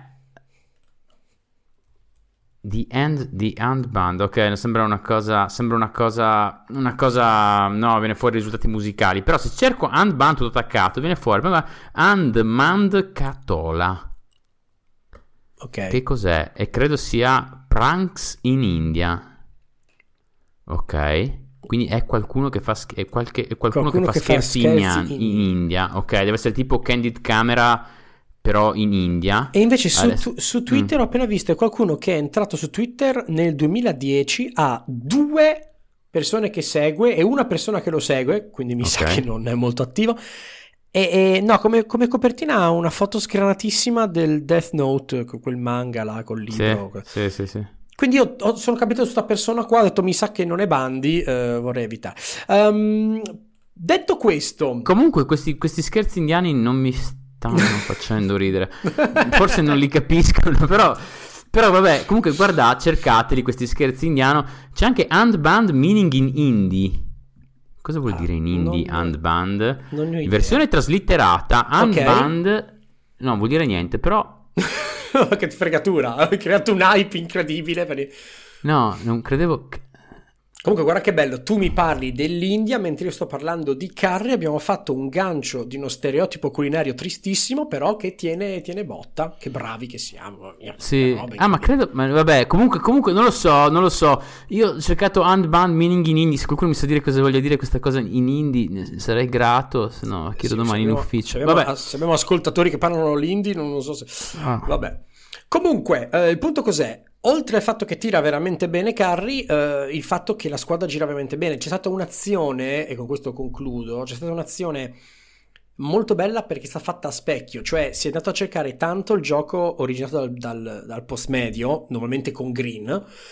the hand, the handband, ok, sembra una cosa, sembra una cosa, una cosa, no, viene fuori risultati musicali, però se cerco handband tutto attaccato, viene fuori, proprio handband catola. Ok. Che cos'è? E credo sia Pranks in India. Ok. Quindi è qualcuno che fa, sch- è qualche, è qualcuno Qualcuno che fa che fa scherzi, scherzi in, in- in India. Ok, deve essere tipo Candid Camera, però in India. E invece su, Adesso- tu- su Twitter Mm. ho appena visto qualcuno che è entrato su Twitter nel duemiladieci, ha due persone che segue e una persona che lo segue, quindi mi sa Ok. che non è molto attivo. E, e no, come, come copertina ha una foto scranatissima del Death Note, con quel manga là col libro. Sì, sì, sì, sì. Quindi io ho- sono capitato su questa persona qua, ho detto mi sa che non è Bandi, eh, vorrei evitare. Ehm, detto questo, Comunque questi, questi scherzi indiani non mi stanno facendo ridere. Forse non li capiscono, però... Però vabbè, comunque guarda, cercateli questi scherzi indiano. C'è anche handband meaning in hindi. Cosa vuol Ah, dire in hindi non- handband? non ne ho In idea. versione traslitterata, handband... No, vuol dire niente, però... che fregatura, hai creato un hype incredibile per i- No, non credevo... che- Comunque guarda che bello, tu mi parli dell'India mentre io sto parlando di Curry. Abbiamo fatto un gancio di uno stereotipo culinario tristissimo, però che tiene, tiene botta. Che bravi che siamo. Sì. Roba Ah, ma incredibile. credo... Ma vabbè, comunque, comunque non lo so, non lo so. Io ho cercato handband meaning in hindi. Se qualcuno mi sa dire cosa voglia dire questa cosa in hindi, ne sarei grato. Se no, chiedo Sì, domani se in abbiamo- ufficio. Se abbiamo, Vabbè. se abbiamo ascoltatori che parlano l'indi, non, non so se... Ah. Vabbè. Comunque, eh, il punto cos'è? Oltre al fatto che tira veramente bene Curry, eh, il fatto che la squadra gira veramente bene. C'è stata un'azione, e con questo concludo, c'è stata un'azione molto bella perché sta fatta a specchio, cioè si è andato a cercare tanto il gioco originato dal, dal, dal post medio, normalmente con Green,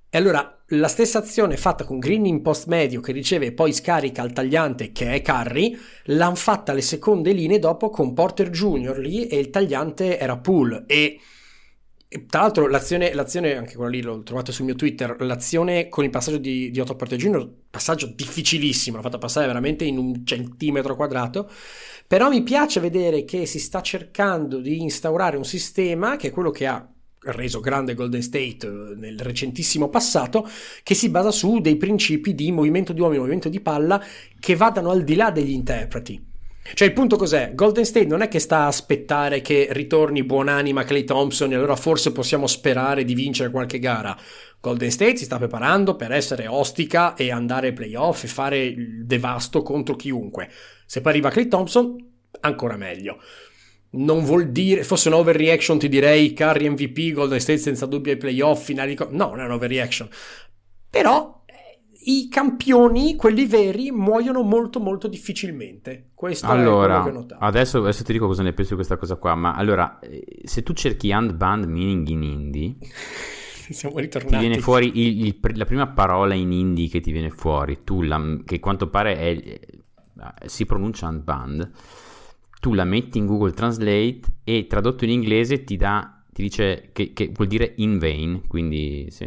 E allora la stessa azione fatta con Green in post medio che riceve e poi scarica al tagliante che è Curry, l'han fatta le seconde linee dopo con Porter Junior lì e il tagliante era Poole. E, e tra l'altro l'azione, l'azione, anche quella lì l'ho trovata sul mio Twitter, l'azione con il passaggio di, di Otto Porter Junior, passaggio difficilissimo, l'ha fatta passare veramente in un centimetro quadrato. Però mi piace vedere che si sta cercando di instaurare un sistema che è quello che ha reso grande Golden State nel recentissimo passato, che si basa su dei principi di movimento di uomini, movimento di palla che vadano al di là degli interpreti. Cioè il punto cos'è? Golden State non è che sta a aspettare che ritorni buonanima Klay Thompson e allora forse possiamo sperare di vincere qualche gara. Golden State si sta preparando per essere ostica e andare ai playoff e fare il devasto contro chiunque. Se poi arriva Klay Thompson, ancora meglio. Non vuol dire, fosse un overreaction ti direi Curry M V P, Golden State senza dubbio ai playoff, finali, no, non è un overreaction. Però i campioni, quelli veri, muoiono molto molto difficilmente. Questo allora, è quello che ho notato. Adesso, adesso ti dico cosa ne penso di questa cosa qua, ma allora, se tu cerchi handband meaning in indie, siamo ritornati. Ti viene fuori il, il, la prima parola in indie che ti viene fuori, tu la, che a quanto pare è, si pronuncia handband, tu la metti in Google Translate e tradotto in inglese ti dà, ti dice che, che vuol dire in vain, quindi sì.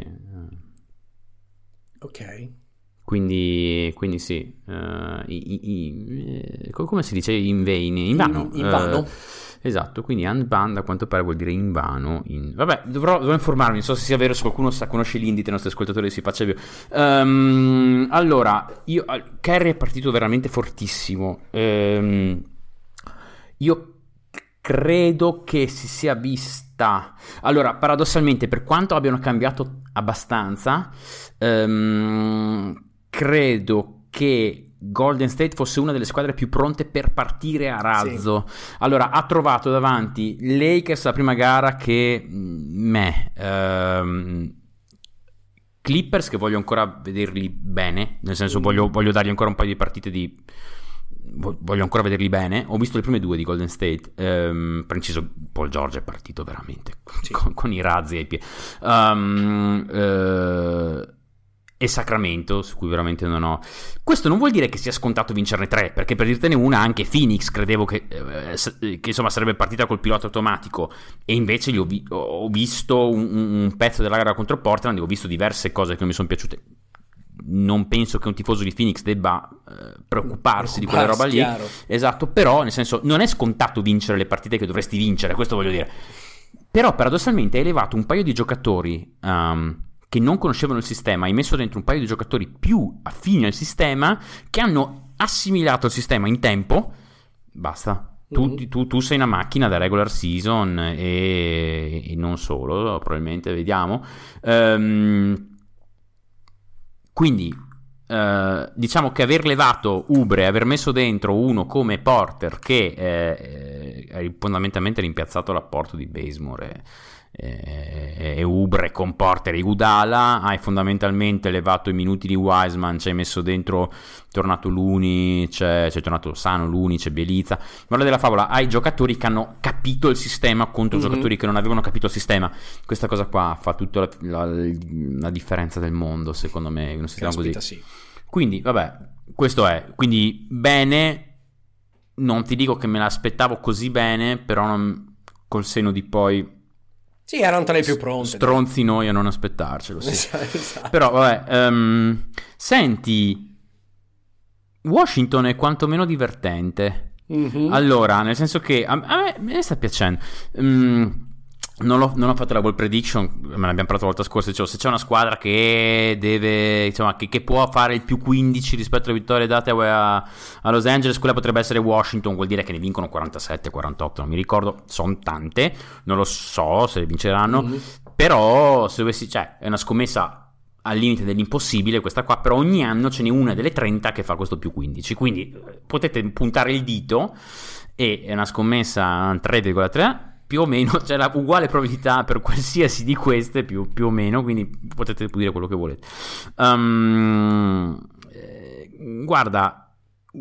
Ok. Quindi, quindi sì, uh, i, i, i, come si dice in vain? In vano. In, in vano. Uh, esatto, quindi handband a quanto pare vuol dire in vano. In... Vabbè, dovrò, dovrò informarmi, non so se sia vero, se qualcuno sa, conosce l'indie dei nostri ascoltatori si faccia più. Um, allora, io, Curry è partito veramente fortissimo. Um, io credo che si sia vista... Allora, paradossalmente, per quanto abbiano cambiato abbastanza... Um, credo che Golden State fosse una delle squadre più pronte per partire a razzo. Sì. Allora, ha trovato davanti Lakers la prima gara che me um, Clippers che voglio ancora vederli bene, nel senso mm. voglio, voglio dargli ancora un paio di partite di voglio ancora vederli bene. Ho visto le prime due di Golden State, um, per inciso Paul George è partito veramente sì. con, con i razzi ai piedi. um, uh, e Sacramento, su cui veramente non ho... Questo non vuol dire che sia scontato vincerne tre, perché per dirtene una anche Phoenix credevo che, eh, che insomma sarebbe partita col pilota automatico, e invece gli ho, vi- ho visto un, un pezzo della gara contro Portland e ho visto diverse cose che non mi sono piaciute. Non penso che un tifoso di Phoenix debba eh, preoccuparsi di quella roba lì, chiaro. Esatto, però nel senso non è scontato vincere le partite che dovresti vincere, questo voglio dire. Però paradossalmente hai elevato un paio di giocatori um, che non conoscevano il sistema, hai messo dentro un paio di giocatori più affini al sistema che hanno assimilato il sistema in tempo. Basta. Tu, mm-hmm. tu, tu sei una macchina da regular season e, e non solo, probabilmente, vediamo. Um, quindi uh, diciamo che aver levato Oubre, aver messo dentro uno come Porter che eh, eh, fondamentalmente ha rimpiazzato l'apporto di Bazemore e, e Oubre con Porter e Iguodala, hai fondamentalmente levato i minuti di Wiseman, ci hai messo dentro, tornato Luni, c'è, c'è tornato Sano, Luni, c'è Bielizza. Guarda della favola, hai giocatori che hanno capito il sistema contro mm-hmm. giocatori che non avevano capito il sistema. Questa cosa qua fa tutta la, la, la differenza del mondo, secondo me, in un sistema così. Sì. Quindi vabbè, questo è, quindi bene, non ti dico che me l'aspettavo così bene, però non, col seno di poi sì, erano tra le più pronte. Stronzi noi a non aspettarcelo, sì. Esatto. Però vabbè, um, senti, Washington è quantomeno divertente. Mm-hmm. Allora, nel senso che a, a me, me sta piacendo. Um, non, l'ho, non ho fatto la ball prediction, me ne abbiamo parlato la volta scorsa. Cioè, se c'è una squadra che deve, insomma, che, che può fare il più quindici rispetto alle vittorie date a, a Los Angeles, quella potrebbe essere Washington. Vuol dire che ne vincono quarantasette quarantotto, non mi ricordo, sono tante, non lo so se le vinceranno. Mm-hmm. Però se dovessi, cioè, è una scommessa al limite dell'impossibile questa qua, però ogni anno ce n'è una delle trenta che fa questo più quindici, quindi potete puntare il dito e è una scommessa tre virgola tre più o meno, c'è la uguale probabilità per qualsiasi di queste, più, più o meno, quindi potete dire quello che volete. Um, eh, guarda,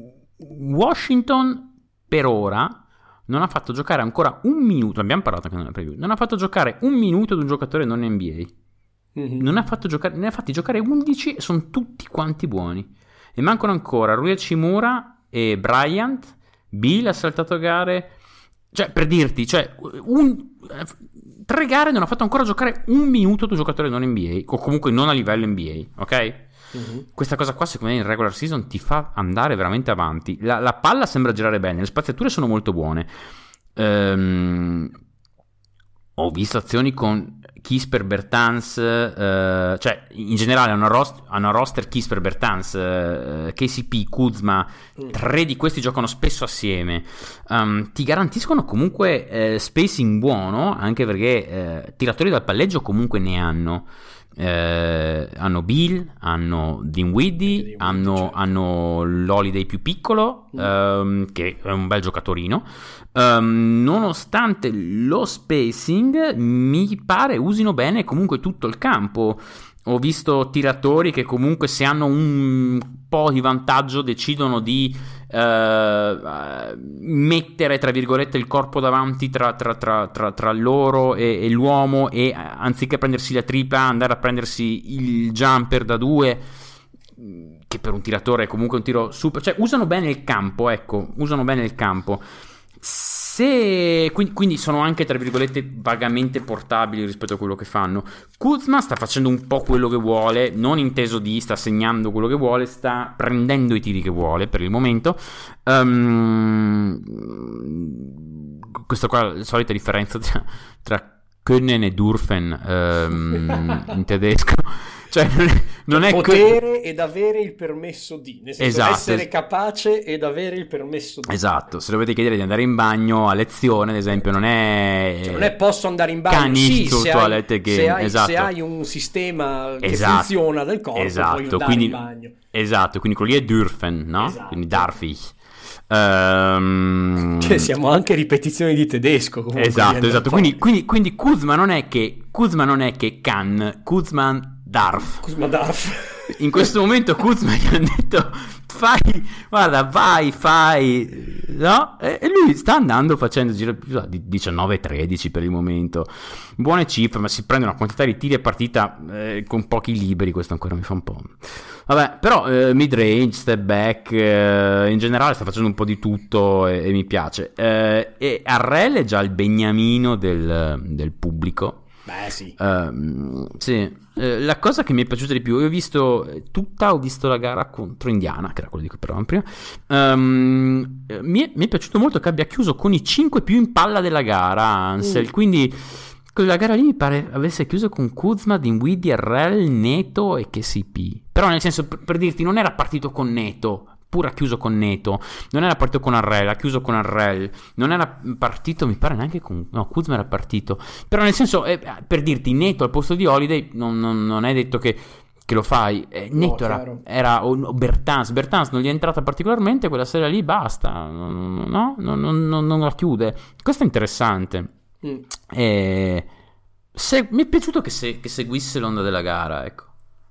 Washington per ora non ha fatto giocare ancora un minuto, abbiamo parlato anche nella preview, non ha fatto giocare un minuto ad un giocatore non N B A. Mm-hmm. Non ha fatto giocare, ne ha fatti giocare undici e sono tutti quanti buoni. E mancano ancora Rui Hachimura e Bryant. Bill ha saltato gare. Cioè, per dirti, cioè, un, tre gare non ha fatto ancora giocare un minuto di un giocatore non N B A, o comunque non a livello N B A, ok? Mm-hmm. Questa cosa qua secondo me in regular season ti fa andare veramente avanti. La, la palla sembra girare bene, le spaziature sono molto buone. Ehm, ho visto azioni con Kispert, Bertans, eh, cioè in generale hanno, rost- hanno roster Kispert, Bertans, eh, K C P, Kuzma, mm. tre di questi giocano spesso assieme. Um, ti garantiscono comunque eh, spacing buono, anche perché eh, tiratori dal palleggio comunque ne hanno. Eh, hanno Bill, hanno Dinwiddie, hanno, certo. hanno l'Holiday più piccolo, mm. ehm, che è un bel giocatorino. Um, nonostante lo spacing, mi pare usino bene comunque tutto il campo. Ho visto tiratori che comunque, se hanno un po' di vantaggio, decidono di uh, mettere tra virgolette il corpo davanti tra, tra, tra, tra, tra loro e, e l'uomo, e anziché prendersi la tripla andare a prendersi il jumper da due, che per un tiratore è comunque un tiro super, cioè usano bene il campo, ecco, usano bene il campo. Se quindi, quindi sono anche tra virgolette vagamente portabili rispetto a quello che fanno. Kuzma sta facendo un po' quello che vuole, non inteso di sta segnando quello che vuole, sta prendendo i tiri che vuole per il momento. Um, questa qua è la solita differenza tra, tra können e dürfen um, in tedesco. Cioè non è, non è potere que... ed avere il permesso di, nel senso, esatto. essere capace ed avere il permesso di. Esatto, se dovete chiedere di andare in bagno a lezione, ad esempio, non è cioè, non è posso andare in bagno, sì, se hai, se, hai, esatto. se hai un sistema che esatto. funziona del corpo, esatto. puoi andare quindi, in bagno. Esatto, quindi quello lì è dürfen, no? Esatto. Quindi darf ich. Um... Cioè siamo anche ripetizioni di tedesco comunque. Esatto, esatto. Quindi, quindi, quindi Kuzma non è che Kuzma non è che can, Kuzma Darf. Kuzma Darf. In questo momento Kuzma gli hanno detto fai, guarda, vai, fai, no? E lui sta andando facendo giro di diciannove tredici per il momento. Buone cifre, ma si prende una quantità di tiri a partita eh, con pochi liberi, questo ancora mi fa un po'. Vabbè, però eh, mid range, step back, eh, in generale sta facendo un po' di tutto e, e mi piace. Eh, e Harrell è già il beniamino del, del pubblico. Beh, sì. Uh, sì. Uh, la cosa che mi è piaciuta di più, io ho visto tutta, ho visto la gara contro Indiana, che era quella di cui parlavamo prima. Um, mi, è, mi è piaciuto molto che abbia chiuso con i cinque più in palla della gara, Ansel. Mm. Quindi quella gara lì mi pare avesse chiuso con Kuzma, Dinwiddie, Harrell, Neto e K C P. Però nel senso, per, per dirti, non era partito con Neto, pure ha chiuso con Neto, non era partito con Harrell, ha chiuso con Harrell, non era partito, mi pare neanche con, no, Kuzma era partito, però nel senso, eh, per dirti, Neto al posto di Holiday non, non, non è detto che, che lo fai, eh, Neto no, era, era oh, Bertans, Bertans non gli è entrata particolarmente, quella sera lì basta, no, no, no, no, no, non la chiude, questo è interessante. Mm. E se, mi è piaciuto che, se, che seguisse l'onda della gara, ecco.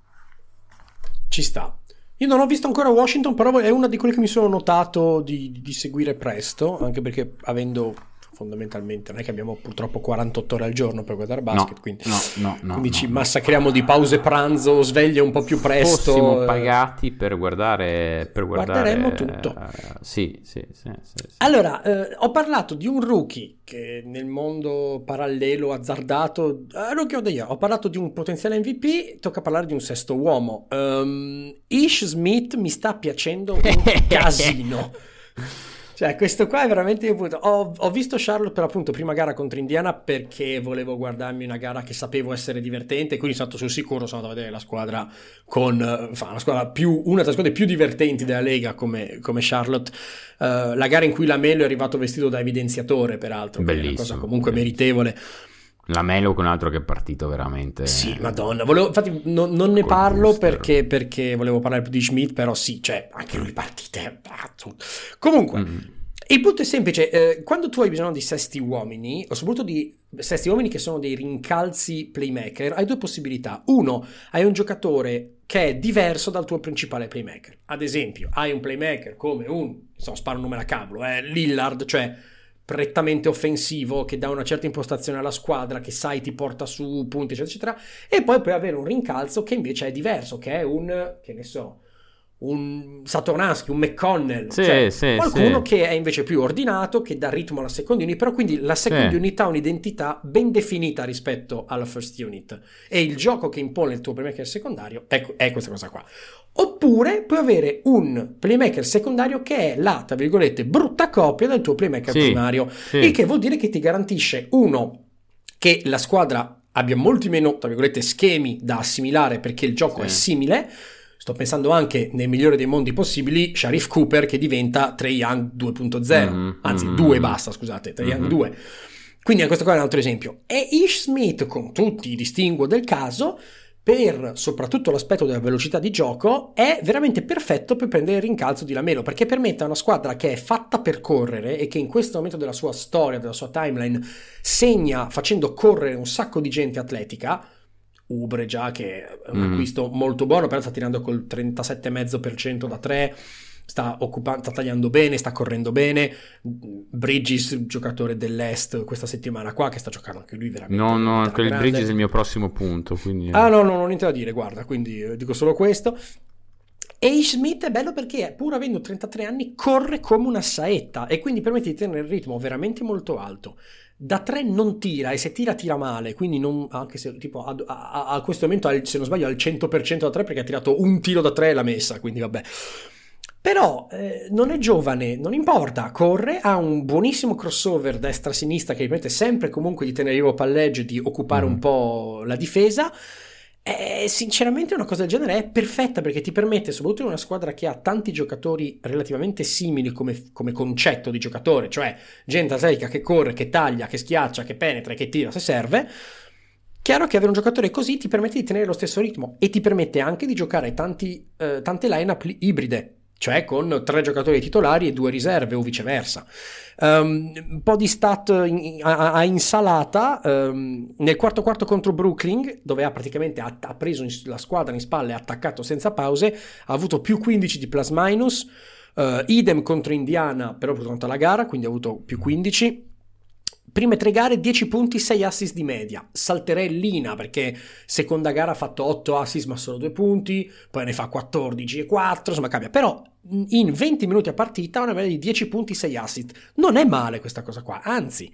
Ci sta. Io non ho visto ancora Washington, però è una di quelle che mi sono notato di, di seguire presto, anche perché avendo fondamentalmente, non è che abbiamo purtroppo quarantotto ore al giorno per guardare basket, no, quindi, no, no, no, quindi no, ci no. massacriamo di pause pranzo, sveglie un po' più presto. Fossimo pagati per guardare, per guardare guarderemmo tutto. Uh, sì, sì, sì, sì, sì. Allora, eh, ho parlato di un rookie che nel mondo parallelo azzardato, eh, rookie of the year, ho parlato di un potenziale M V P, tocca parlare di un sesto uomo. Um, Ish Smith mi sta piacendo un casino. Cioè, questo qua è veramente ho, ho visto Charlotte per appunto prima gara contro Indiana perché volevo guardarmi una gara che sapevo essere divertente, quindi sono stato sul sicuro, sono andato a vedere la squadra con uh, una squadra più, una delle squadre più divertenti della Lega come, come Charlotte, uh, la gara in cui la Melo è arrivato vestito da evidenziatore, peraltro, che è una cosa comunque meritevole. La Melo con un altro che è partito veramente. Sì, madonna. Volevo, infatti non, non ne parlo perché, perché volevo parlare più di Schmidt, però sì, cioè anche lui partite. Comunque, mm-hmm. il punto è semplice. Eh, quando tu hai bisogno di sesti uomini, o soprattutto di sesti uomini che sono dei rincalzi playmaker, hai due possibilità. Uno, hai un giocatore che è diverso dal tuo principale playmaker. Ad esempio, hai un playmaker come un, insomma, sparo un nome a cavolo, eh, Lillard, cioè prettamente offensivo, che dà una certa impostazione alla squadra, che sai ti porta su punti eccetera eccetera, e poi puoi avere un rincalzo che invece è diverso, che è un, che ne so, un Satoransky, un McConnell, sì, cioè sì, qualcuno sì. che è invece più ordinato, che dà ritmo alla second unit, però quindi la second Sì. unit ha un'identità ben definita rispetto alla first unit, e il gioco che impone il tuo playmaker secondario è, è questa cosa qua. Oppure puoi avere un playmaker secondario che è la, tra virgolette, brutta copia del tuo playmaker Sì, primario, sì. il che vuol dire che ti garantisce, uno, che la squadra abbia molti meno, tra virgolette, schemi da assimilare perché il gioco Sì. è simile. Sto pensando anche, nel migliore dei mondi possibili, Sharif Cooper che diventa Trae Young due punto zero, Mm-hmm, anzi mm-hmm. due basta, scusate, Trae Young Mm-hmm. due. Quindi questo qua è un altro esempio. E Ish Smith, con tutti i distinguo del caso, per soprattutto l'aspetto della velocità di gioco, è veramente perfetto per prendere il rincalzo di Lamelo, perché permette a una squadra che è fatta per correre e che in questo momento della sua storia, della sua timeline, segna facendo correre un sacco di gente atletica. Ubre già, che è un Mm. acquisto molto buono, però sta tirando col trentasette virgola cinque per cento da tre, sta, occupando, sta tagliando bene, sta correndo bene. Bridges, giocatore dell'Est questa settimana qua, che sta giocando anche lui veramente No, no, veramente quel grande. Bridges è il mio prossimo punto, quindi... Ah no, no, non ho niente da dire, guarda, quindi eh, dico solo questo. E Ish Smith è bello perché, pur avendo trentatré anni, corre come una saetta e quindi permette di tenere il ritmo veramente molto alto. Da tre non tira, e se tira tira male, quindi non, anche se tipo a, a, a questo momento ha il- se non sbaglio al cento per cento da tre, perché ha tirato un tiro da tre e l'ha messa, quindi vabbè. Però eh, non è giovane, non importa, corre, ha un buonissimo crossover destra-sinistra che gli permette sempre comunque di tenere vivo palleggio, di occupare Mm. un po' la difesa. E sinceramente una cosa del genere è perfetta, perché ti permette, soprattutto in una squadra che ha tanti giocatori relativamente simili come, come concetto di giocatore, cioè gente atletica che corre, che taglia, che schiaccia, che penetra e che tira se serve. Chiaro che avere un giocatore così ti permette di tenere lo stesso ritmo e ti permette anche di giocare tanti, eh, tante line-up li- ibride, cioè con tre giocatori titolari e due riserve o viceversa. Um, un po' di stat in- a, a insalata. Um, nel quarto quarto contro Brooklyn, dove ha praticamente ha, ha preso in- la squadra in spalle e ha attaccato senza pause, ha avuto più quindici di plus minus. Uh, idem contro Indiana, però pronta la gara, quindi ha avuto più quindici. Prime tre gare dieci punti, sei assist di media. Salterei Lina perché seconda gara ha fatto otto assist ma solo due punti, poi ne fa quattordici e quattro, insomma cambia. Però in venti minuti a partita ha una media di dieci punti, sei assist. Non è male questa cosa qua, anzi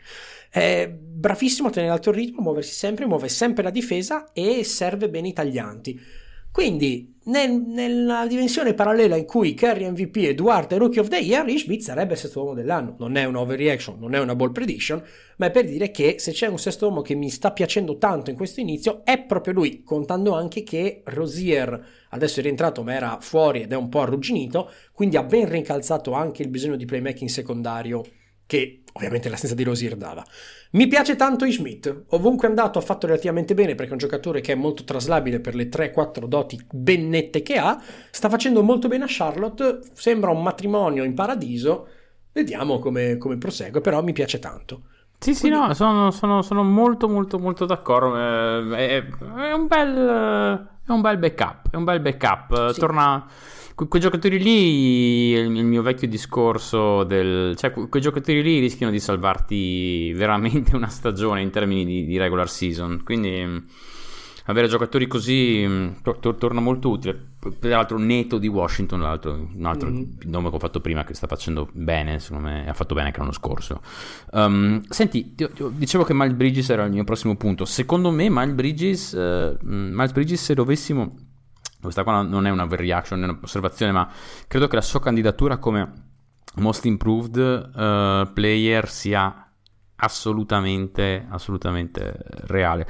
è bravissimo a tenere alto il ritmo, muoversi sempre, muove sempre la difesa e serve bene i taglianti. Quindi nel, nella dimensione parallela in cui Curry M V P e Duarte è Rookie of the Year, Ish Smith sarebbe il sesto uomo dell'anno. Non è una overreaction, non è una ball prediction, ma è per dire che se c'è un sesto uomo che mi sta piacendo tanto in questo inizio è proprio lui, contando anche che Rozier adesso è rientrato ma era fuori ed è un po' arrugginito, quindi ha ben rincalzato anche il bisogno di playmaking secondario che ovviamente l'assenza di Rozier dava. Mi piace tanto Ish Smith, ovunque è andato ha fatto relativamente bene perché è un giocatore che è molto traslabile per le tre quattro doti ben nette che ha, sta facendo molto bene a Charlotte, sembra un matrimonio in paradiso, vediamo come, come prosegue, però mi piace tanto. Sì, sì, Quindi- no, sono, sono, sono molto, molto, molto d'accordo. Eh, È, è un bel, è un bel backup. È un bel backup. Sì. Torna. Que- quei giocatori lì, il, il mio vecchio discorso del. Cioè, que- quei giocatori lì rischiano di salvarti veramente una stagione in termini di, di regular season. Quindi. mh, Avere giocatori così mh, tor- tor- torna molto utile. Peraltro, Neto di Washington, l'altro, un altro Mhm. nome che ho fatto prima, che sta facendo bene, secondo me, ha fatto bene anche l'anno scorso. Um, senti, ti- ti- dicevo che Miles Bridges era il mio prossimo punto. Secondo me, Miles Bridges, eh, mh, Miles Bridges, se dovessimo, questa qua non è una overreaction, è un'osservazione, ma credo che la sua candidatura come most improved eh, player sia assolutamente, assolutamente reale.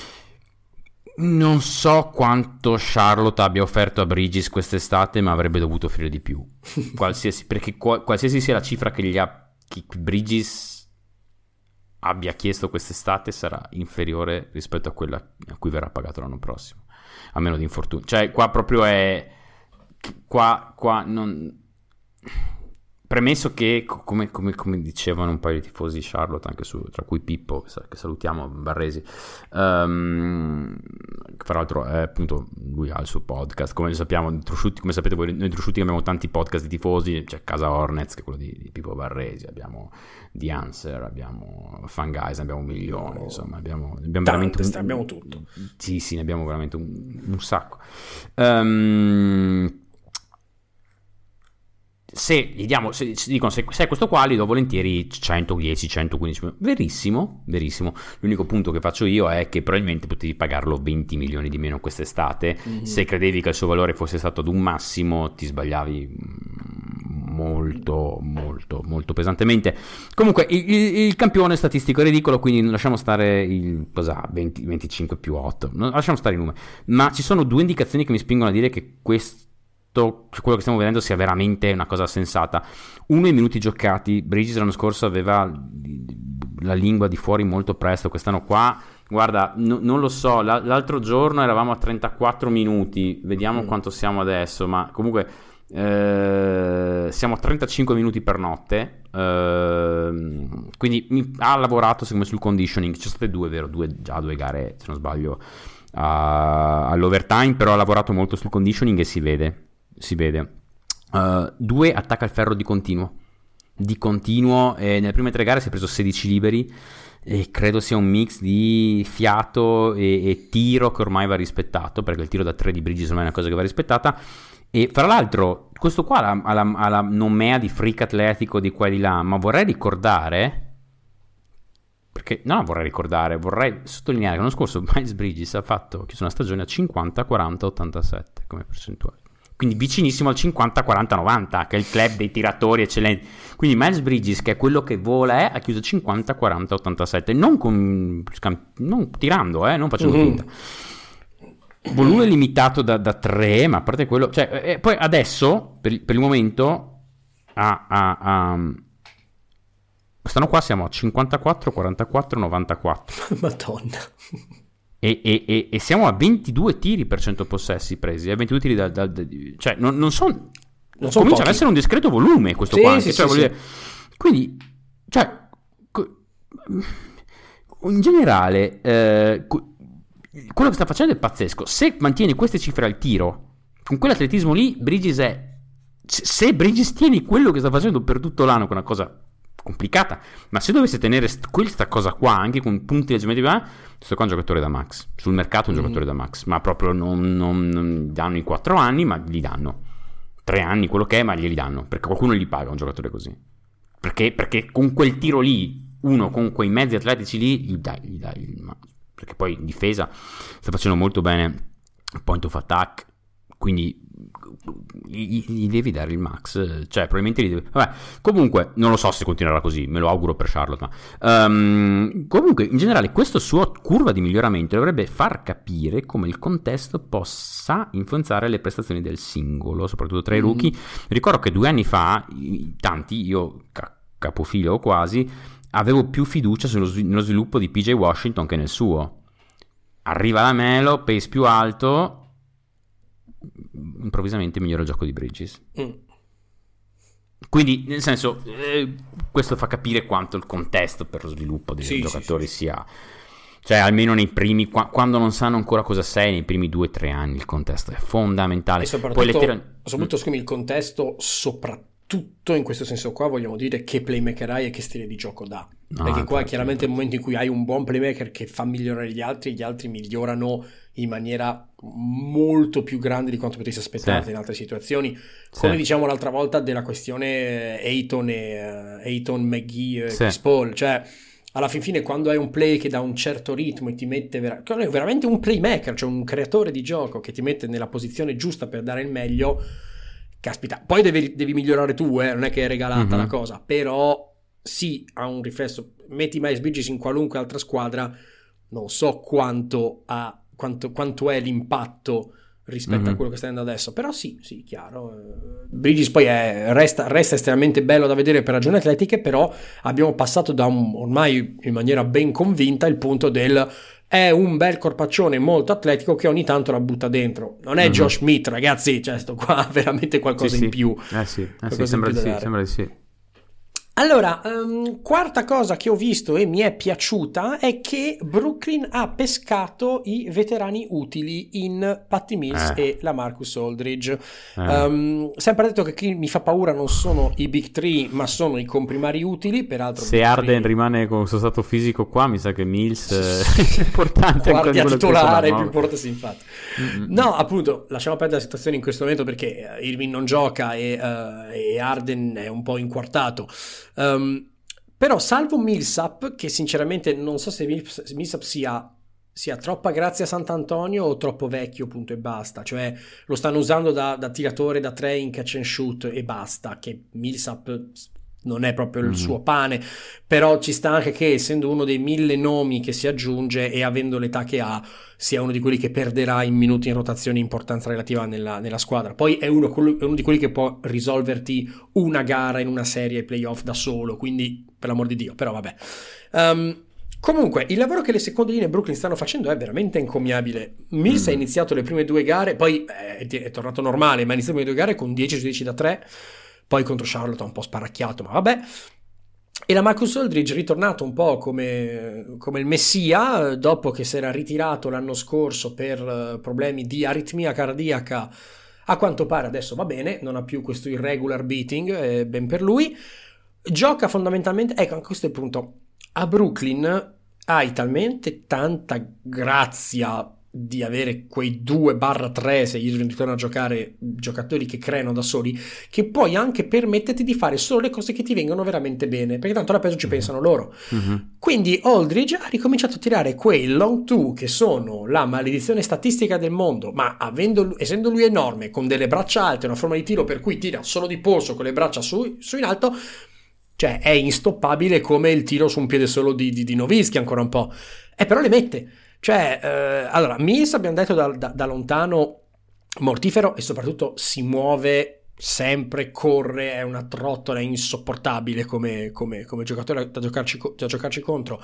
Non so quanto Charlotte abbia offerto a Bridges quest'estate, ma avrebbe dovuto offrire di più. Qualsiasi, perché qua- qualsiasi sia la cifra che gli ha che Bridges abbia chiesto quest'estate sarà inferiore rispetto a quella a cui verrà pagato l'anno prossimo, a meno di infortuni. Cioè, qua proprio è qua, qua non premesso che, come, come, come dicevano un paio di tifosi di Charlotte, anche su, tra cui Pippo, che salutiamo, Barresi, um, fra l'altro è appunto, lui ha il suo podcast, come sappiamo, Trusciutti, come sapete voi, noi Trusciutti abbiamo tanti podcast di tifosi, c'è Casa Hornets, che è quello di, di Pippo Barresi, abbiamo The Answer, abbiamo Fan Guys, ne abbiamo un milione, insomma, abbiamo, abbiamo veramente un, abbiamo tutto. Sì, sì, ne abbiamo veramente un, un sacco. Um, se gli diamo, se, se dicono se, se è questo qua, gli do volentieri centodieci centoquindici, verissimo, verissimo. L'unico punto che faccio io è che probabilmente potevi pagarlo venti milioni di meno quest'estate. Mm-hmm. Se credevi che il suo valore fosse stato ad un massimo, ti sbagliavi molto molto molto pesantemente. Comunque il, il, il campione statistico è ridicolo, quindi lasciamo stare il cosa venti, venticinque più otto, lasciamo stare i numeri, ma ci sono due indicazioni che mi spingono a dire che questo, quello che stiamo vedendo, sia veramente una cosa sensata. Uno, i minuti giocati. Bridges l'anno scorso aveva la lingua di fuori molto presto, quest'anno qua guarda, no, non lo so, l'altro giorno eravamo a trentaquattro minuti, vediamo mm. quanto siamo adesso, ma comunque Eh, siamo a trentacinque minuti per notte, eh, quindi mi, ha lavorato secondo me sul conditioning. Ci sono state due, vero? Due, già due gare, se non sbaglio, uh, all'overtime, però ha lavorato molto sul conditioning e si vede, si vede. Uh, due, attacca il ferro di continuo, di continuo, e nelle prime tre gare si è preso sedici liberi, e credo sia un mix di fiato e, e tiro che ormai va rispettato, perché il tiro da tre di Bridges ormai è una cosa che va rispettata. E fra l'altro questo qua ha la, ha la, ha la nomea di freak atletico di qua e di là, ma vorrei ricordare, perché no, vorrei ricordare, vorrei sottolineare che l'anno scorso Miles Bridges ha fatto, chiuso una stagione a cinquanta quaranta ottantasette come percentuale, quindi vicinissimo al cinquanta quaranta novanta, che è il club dei tiratori eccellenti. Quindi Miles Bridges, che è quello che vola, è, ha chiuso cinquanta quaranta ottantasette, non, con, non tirando, eh, non facendo finta. Mm-hmm. Volume limitato da, da tre, ma a parte quello, cioè, eh, poi adesso per, per il momento a, a, a quest'anno qua siamo a cinquantaquattro quarantaquattro novantaquattro. Madonna. E, e, e, e siamo a ventidue tiri per cento possessi presi, eh? ventidue tiri da, da, da cioè non, non sono non son comincia pochi. Ad essere un discreto volume questo sì, qua anche, sì, cioè, sì, sì. Quindi cioè in generale eh, quello che sta facendo è pazzesco. Se mantieni queste cifre al tiro, con quell'atletismo lì, Bridges è... Se Bridges tieni quello che sta facendo per tutto l'anno, che è una cosa complicata, ma se dovesse tenere st- questa cosa qua, anche con punti leggermente più, questo qua è un giocatore da max. Sul mercato è un mm. giocatore da max, ma proprio non, non, non danno i quattro anni, ma gli danno tre anni, quello che è, ma glieli danno, perché qualcuno gli paga un giocatore così. Perché, perché con quel tiro lì, uno con quei mezzi atletici lì, gli dai, gli dai il max. Perché poi in difesa sta facendo molto bene point of attack, quindi gli, gli devi dare il max, cioè probabilmente gli devi... Vabbè, comunque non lo so se continuerà così, me lo auguro per Charlotte, ma um, comunque in generale questa sua curva di miglioramento dovrebbe far capire come il contesto possa influenzare le prestazioni del singolo, soprattutto tra i rookie. Mm. Ricordo che due anni fa, tanti, io ca- capofilo quasi, avevo più fiducia sullo, nello sviluppo di P J Washington che nel suo. Arriva la Melo, pace più alto, improvvisamente migliora il gioco di Bridges. Mm. Quindi, nel senso, eh, questo fa capire quanto il contesto per lo sviluppo dei sì, giocatori sì, sì. sia... Cioè, almeno nei primi... Qua, quando non sanno ancora cosa sei, nei primi due o tre anni il contesto è fondamentale. E soprattutto, Poi letter... soprattutto mm. scusami, il contesto soprattutto tutto in questo senso qua vogliamo dire che playmaker hai e che stile di gioco dà, no, perché qua è chiaramente il momento in cui hai un buon playmaker che fa migliorare gli altri, gli altri migliorano in maniera molto più grande di quanto potessi aspettarti sì. in altre situazioni, come sì. diciamo l'altra volta della questione Ayton e uh, Ayton, McGee e sì. Chris Paul, cioè alla fin fine quando hai un play che dà un certo ritmo e ti mette vera- veramente un playmaker, cioè un creatore di gioco che ti mette nella posizione giusta per dare il meglio, caspita, poi devi, devi migliorare tu, eh? Non è che è regalata mm-hmm. la cosa, però sì, ha un riflesso. Metti Miles Bridges in qualunque altra squadra, non so quanto, ha, quanto, quanto è l'impatto rispetto mm-hmm. a quello che sta andando adesso, però sì, sì, chiaro. Bridges poi è, resta, resta estremamente bello da vedere per ragioni atletiche, però abbiamo passato da un, ormai in maniera ben convinta il punto del... è un bel corpaccione molto atletico che ogni tanto la butta dentro. Non è mm-hmm. Josh Smith, ragazzi, cioè sto qua veramente qualcosa sì, in sì. più. Eh sì, eh sì sembra, di sì sembra di sì. Allora, um, quarta cosa che ho visto e mi è piaciuta è che Brooklyn ha pescato i veterani utili in Patty Mills Eh. e la Marcus Aldridge. Eh. Um, sempre detto che chi mi fa paura non sono i Big Three, ma sono i comprimari utili. Peraltro, Se Big Harden Three- rimane con il suo stato fisico qua, mi sa che Mills è importante ancora di guardia quello che titolare pensavo, più no? importante, sì, infatti. Mm-mm. No, appunto, lasciamo perdere la situazione in questo momento perché eh, Irving non gioca e, eh, e Harden è un po' inquartato. Um, però salvo Millsap, che sinceramente non so se Mills- Millsap sia, sia troppa grazia a Sant'Antonio o troppo vecchio, punto e basta. Cioè lo stanno usando da, da tiratore da tre in catch and shoot e basta, che Millsap non è proprio il Mhm. suo pane. Però ci sta anche che, essendo uno dei mille nomi che si aggiunge e avendo l'età che ha, sia uno di quelli che perderà in minuti in rotazione importanza relativa nella, nella squadra. Poi è uno, è uno di quelli che può risolverti una gara in una serie ai playoff da solo, quindi per l'amor di Dio, però vabbè. Um, comunque, il lavoro che le seconde linee Brooklyn stanno facendo è veramente encomiabile. Mills Mm. ha iniziato le prime due gare, poi è, è tornato normale, ma ha iniziato le prime due gare con dieci su dieci da tre, poi contro Charlotte ha un po' sparacchiato, ma vabbè. E la Marcus Aldridge è ritornato un po' come, come il messia, dopo che si era ritirato l'anno scorso per eh, problemi di aritmia cardiaca. A quanto pare adesso va bene, non ha più questo irregular beating, eh, ben per lui. Gioca fondamentalmente, ecco, questo è il punto. A Brooklyn hai talmente tanta grazia di avere quei due barra tre, se Irving ritorna a giocare, giocatori che creano da soli, che puoi anche permetterti di fare solo le cose che ti vengono veramente bene, perché tanto alla peggio ci pensano loro. Mhm. Quindi Aldridge ha ricominciato a tirare quei long two che sono la maledizione statistica del mondo, ma avendo, essendo lui enorme, con delle braccia alte, una forma di tiro per cui tira solo di polso con le braccia su, su in alto, cioè è instoppabile come il tiro su un piede solo di, di, di Nowitzki ancora un po'. E però le mette. Cioè, eh, allora, Mills abbiamo detto da, da, da lontano mortifero e soprattutto si muove sempre, corre, è una trottola insopportabile come, come, come giocatore da giocarci, da giocarci contro.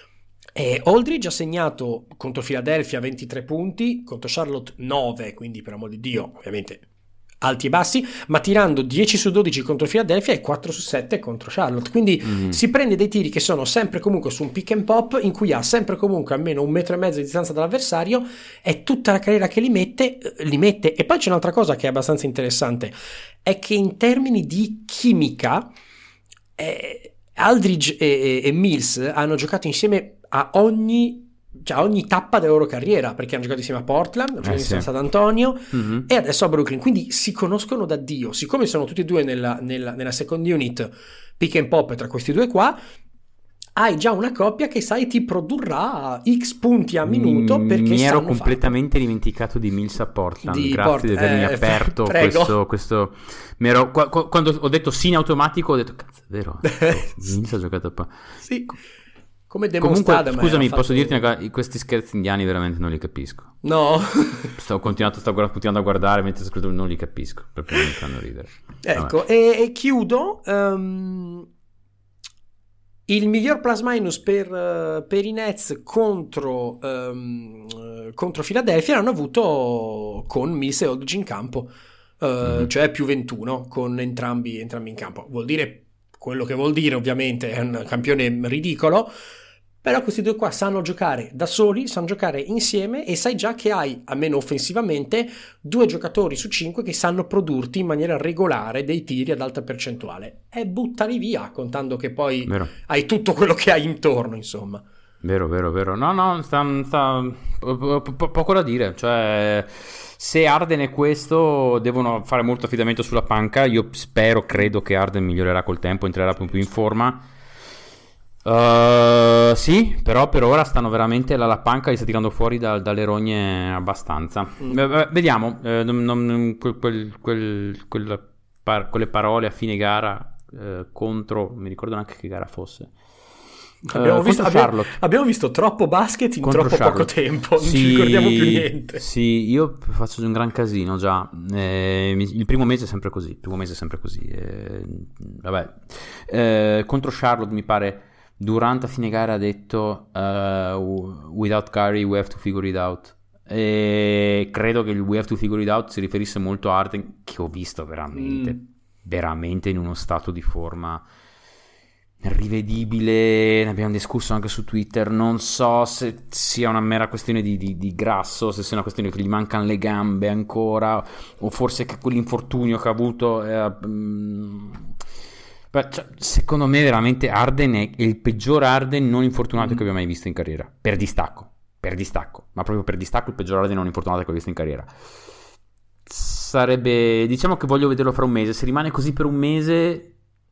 E Aldridge ha segnato contro Philadelphia ventitré punti, contro Charlotte nove, quindi per amor di Dio, ovviamente alti e bassi, ma tirando dieci su dodici contro Philadelphia e quattro su sette contro Charlotte, quindi Mhm. si prende dei tiri che sono sempre comunque su un pick and pop in cui ha sempre comunque almeno un metro e mezzo di distanza dall'avversario, è tutta la carriera che li mette, eh, li mette. E poi c'è un'altra cosa che è abbastanza interessante, è che in termini di chimica eh, Aldridge e, e, e Mills hanno giocato insieme a ogni cioè a ogni tappa della loro carriera, perché hanno giocato insieme a Portland, hanno giocato Eh, insieme sì. a San Antonio Mhm. e adesso a Brooklyn, quindi si conoscono da Dio. Siccome sono tutti e due nella, nella, nella second unit pick and pop tra questi due qua, hai già una coppia che sai ti produrrà X punti a minuto, Mi- perché mi ero sanno completamente dimenticato di Mills a Portland. Di Grazie Port- di avermi eh, aperto prego. questo, questo... mi ero- qua- qua- quando ho detto sì in automatico ho detto cazzo è vero, Mills ha giocato a pa- farlo. Sì, come Comunque demostrata. ma scusami, era posso fatto- dirti una cosa, questi scherzi indiani veramente non li capisco. No. Sto continuando, sto guarda- continuando a guardare mentre ascolto, non li capisco, proprio non mi fanno ridere. Ecco, e, e chiudo. ehm, il miglior plus minus per, eh, per i Nets contro, ehm, eh, contro Philadelphia l'hanno avuto con Mills e Aldridge in campo, eh, Mhm. cioè più ventuno con entrambi, entrambi in campo. Vuol dire quello che vuol dire, ovviamente, è un campione ridicolo. Però questi due qua sanno giocare da soli, sanno giocare insieme e sai già che hai, almeno offensivamente, due giocatori su cinque che sanno produrti in maniera regolare dei tiri ad alta percentuale. E buttali via, contando che poi Vero, hai tutto quello che hai intorno, insomma. vero, vero, vero. No, no, sta, sta po- po- po- poco da dire. Cioè, se Harden è questo, devono fare molto affidamento sulla panca. Io spero, credo che Harden migliorerà col tempo, entrerà più più in forma. Uh, sì, però per ora stanno veramente la, la panca li sta tirando fuori da- dalle rogne abbastanza. Mm. Eh, eh, vediamo, eh, non- non- quel- quel- quel- quella par- quelle parole a fine gara eh, contro, non mi ricordo neanche che gara fosse. Abbiamo, Eh, visto, contro abbiamo, Charlotte. abbiamo visto troppo basket in Contro troppo Charlotte. poco tempo, non Sì, ci ricordiamo più niente. Sì, io faccio un gran casino già. Eh, mi- il primo mese è sempre così. Il primo mese è sempre così. Eh, vabbè, Eh, contro Charlotte mi pare. Durant a fine gara ha detto uh, without Curry we have to figure it out, e credo che il we have to figure it out si riferisse molto a Harden, che ho visto veramente Mm. veramente in uno stato di forma rivedibile, ne abbiamo discusso anche su Twitter, non so se sia una mera questione di, di, di grasso, se sia una questione che gli mancano le gambe ancora, o forse che quell'infortunio che ha avuto eh, mh, cioè, secondo me veramente Harden è il peggior Harden non infortunato mm. che abbia mai visto in carriera, per distacco, per distacco, ma proprio per distacco il peggior Harden non infortunato che ho visto in carriera. Sarebbe, diciamo che voglio vederlo fra un mese, se rimane così per un mese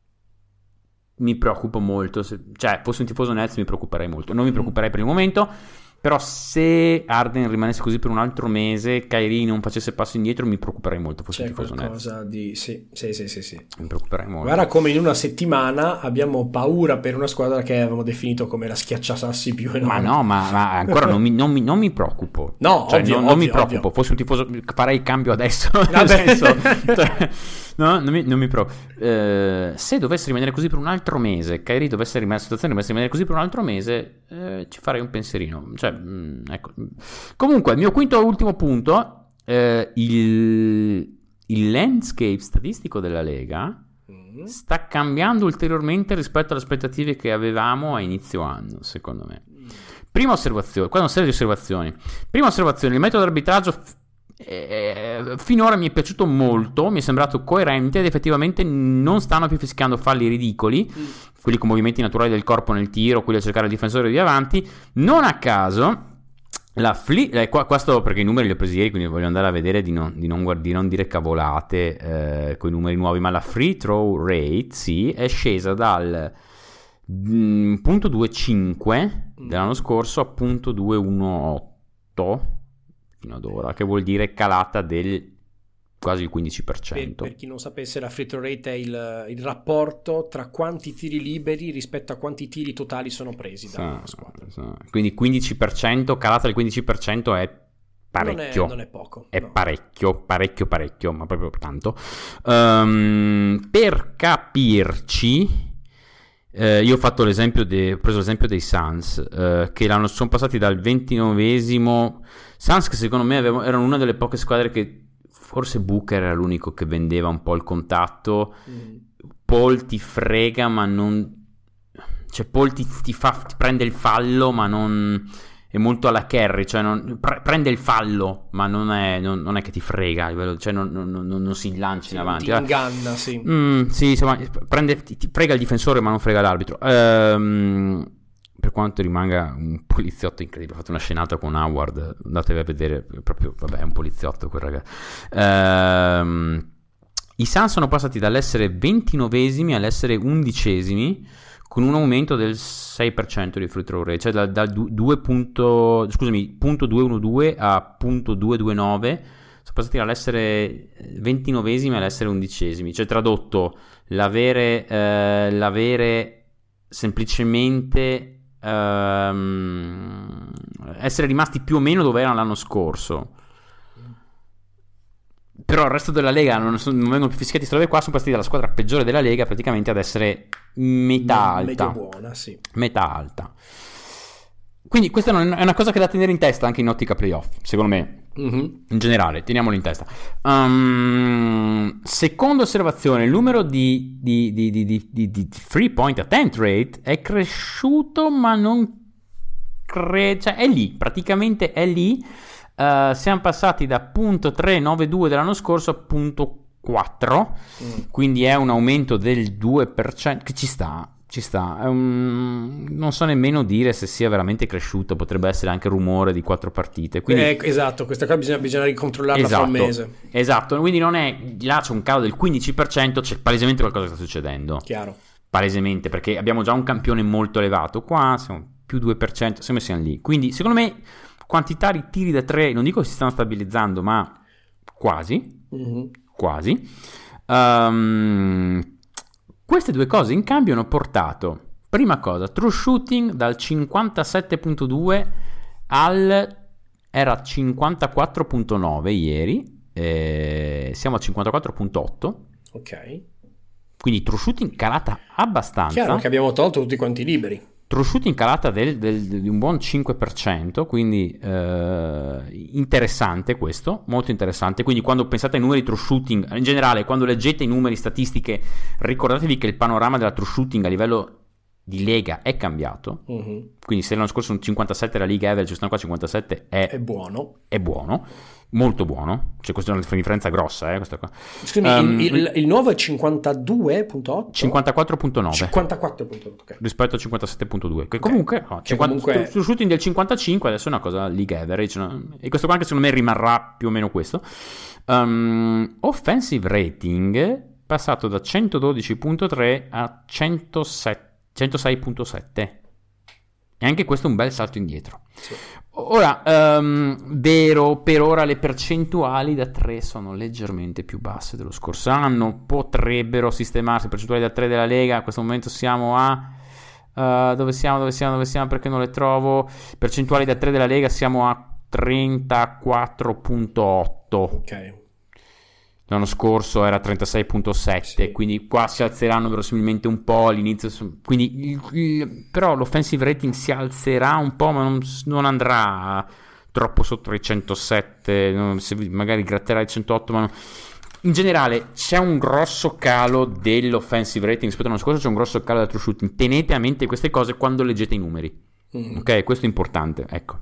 mi preoccupo molto, se, cioè fossi un tifoso Nets mi preoccuperei molto, non mi preoccuperei per il momento, però se Harden rimanesse così per un altro mese, Kyrie non facesse passo indietro, mi preoccuperei molto, fossi C'è un tifoso qualcosa Nets. di sì, sì, sì, sì, sì. Mi preoccuperei molto. Guarda come in una settimana abbiamo paura per una squadra che avevamo definito come la schiacciasassi più enorme. Ma no, ma, ma ancora non mi, non, mi, non mi preoccupo. No, cioè, ovvio, non, non ovvio, mi preoccupo, ovvio. fossi un tifoso farei il cambio adesso, nel senso, cioè, no, non mi, non mi preoccupo. Eh, se dovesse rimanere così per un altro mese, Kyrie dovesse rimanere, la situazione dovesse rimanere così per un altro mese, eh, ci farei un pensierino. Cioè, mh, ecco. Comunque, il mio quinto e ultimo punto, eh, il, il landscape statistico della Lega mm. sta cambiando ulteriormente rispetto alle aspettative che avevamo a inizio anno, secondo me. Mm. Prima osservazione, qua una serie di osservazioni. Prima osservazione, il metodo di arbitraggio Eh, finora mi è piaciuto molto, mi è sembrato coerente ed effettivamente non stanno più fischiando falli ridicoli, mm. quelli con movimenti naturali del corpo nel tiro, quelli a cercare il difensore di avanti. Non a caso la fli- eh, qua, questo perché i numeri li ho presi ieri, quindi voglio andare a vedere di non, di non, guard- di non dire cavolate eh, con i numeri nuovi, ma la free throw rate sì, è scesa dal mm, punto due cinque mm. dell'anno scorso a punto due diciotto fino ad ora, che vuol dire calata del quasi il quindici per cento. Per, per chi non sapesse, la free throw rate è il, il rapporto tra quanti tiri liberi rispetto a quanti tiri totali sono presi da una squadra. Sì. Quindi quindici per cento, calata del quindici per cento è parecchio. Non è, non è poco. È no. parecchio, parecchio, parecchio, ma proprio tanto. Um, per capirci... Eh, io ho fatto l'esempio de, ho preso l'esempio dei Suns eh, che l'anno sono passati dal ventinovesimo Suns che secondo me avevano, erano una delle poche squadre che forse Booker era l'unico che vendeva un po' il contatto. mm. Paul ti frega ma non, cioè Paul ti, ti, fa, ti prende il fallo ma non è molto alla Curry, cioè non, pre- prende il fallo ma non è, non, non è che ti frega, cioè non, non, non, non si lancia sì, in avanti, ti inganna, sì. Mm, sì, insomma, prende, ti, ti frega il difensore ma non frega l'arbitro. Ehm, per quanto rimanga un poliziotto incredibile, ho fatto una scenata con Howard, andatevi a vedere, proprio, vabbè, è un poliziotto quel ragazzo. Ehm, i Suns sono passati dall'essere ventinovesimi all'essere undicesimi, con un aumento del sei per cento di free throw rate, cioè da, da due punto, scusami, punto duecentodiciannove a punto duecentonovantanove, sono passati dall'essere ventinovesimi all'essere undicesimi, cioè tradotto l'avere, eh, l'avere semplicemente ehm, essere rimasti più o meno dove erano l'anno scorso. Però il resto della Lega non, sono, non vengono più fischiati queste robe qua, sono passati dalla squadra peggiore della Lega praticamente ad essere metà alta. Medio buona, sì. Metà alta. Quindi questa è una cosa che da tenere in testa anche in ottica playoff, secondo me. Mm-hmm. In generale, teniamolo in testa. Um, seconda osservazione, il numero di, di, di, di, di, di, di free point attempt rate è cresciuto, ma non cre- cioè è lì, praticamente è lì. Uh, siamo passati da punto trecentonovantadue dell'anno scorso a punto quattro, mm. quindi è un aumento del due per cento che ci sta, ci sta. Um, non so nemmeno dire se sia veramente cresciuto, potrebbe essere anche rumore di quattro partite. Quindi, eh, esatto, questa qua bisogna, bisogna ricontrollarla esatto, fra un mese. Esatto, quindi non è, là c'è un calo del quindici per cento, c'è palesemente qualcosa che sta succedendo. Chiaro. Palesemente, perché abbiamo già un campione molto elevato, qua siamo più due per cento, siamo siamo lì. Quindi secondo me quantità di tiri da tre, non dico che si stanno stabilizzando, ma quasi, mm-hmm. quasi. Um, queste due cose in cambio hanno portato, prima cosa, true shooting dal cinquantasette virgola due al era cinquantaquattro virgola nove ieri, eh, siamo a cinquantaquattro virgola otto. Ok. Quindi true shooting calata abbastanza. Chiaro che abbiamo tolto tutti quanti liberi. True shooting calata del, del, di un buon cinque per cento, quindi eh, interessante questo, molto interessante. Quindi quando pensate ai numeri true shooting, in generale, quando leggete i numeri statistiche, ricordatevi che il panorama della true shooting a livello di lega è cambiato, mm-hmm. quindi se l'anno scorso un cinquantasette la League average, stanno qua cinquantasette è, è buono, è buono, molto buono, cioè questa è una differenza grossa, eh, questa qua. Scusami, um, il, il, il nuovo è cinquantadue virgola otto? cinquantaquattro virgola nove cinquantaquattro virgola otto, okay. Rispetto al cinquantasette virgola due, che okay. comunque, no, che cinquanta, comunque... su shooting del cinquantacinque adesso è una cosa League average, no? E questo qua anche secondo me rimarrà più o meno questo. Um, offensive rating passato da centododici virgola tre a centosette centosei virgola sette, e anche questo è un bel salto indietro. Sì. Ora, um, vero, per ora le percentuali da tre sono leggermente più basse dello scorso anno, potrebbero sistemarsi. Percentuali da tre della Lega, a questo momento siamo a uh, dove siamo, dove siamo, dove siamo, perché non le trovo. Percentuali da tre della Lega siamo a trentaquattro virgola otto. Ok. L'anno scorso era trentasei virgola sette, sì. Quindi qua si alzeranno verosimilmente un po' all'inizio, quindi il, il, però l'offensive rating si alzerà un po', ma non, non andrà troppo sotto i centosette, non, se magari gratterà i centootto, ma non. In generale c'è un grosso calo dell'offensive rating rispetto all'anno scorso, c'è un grosso calo del true shooting. Tenete a mente queste cose quando leggete i numeri, mm. ok? Questo è importante, ecco.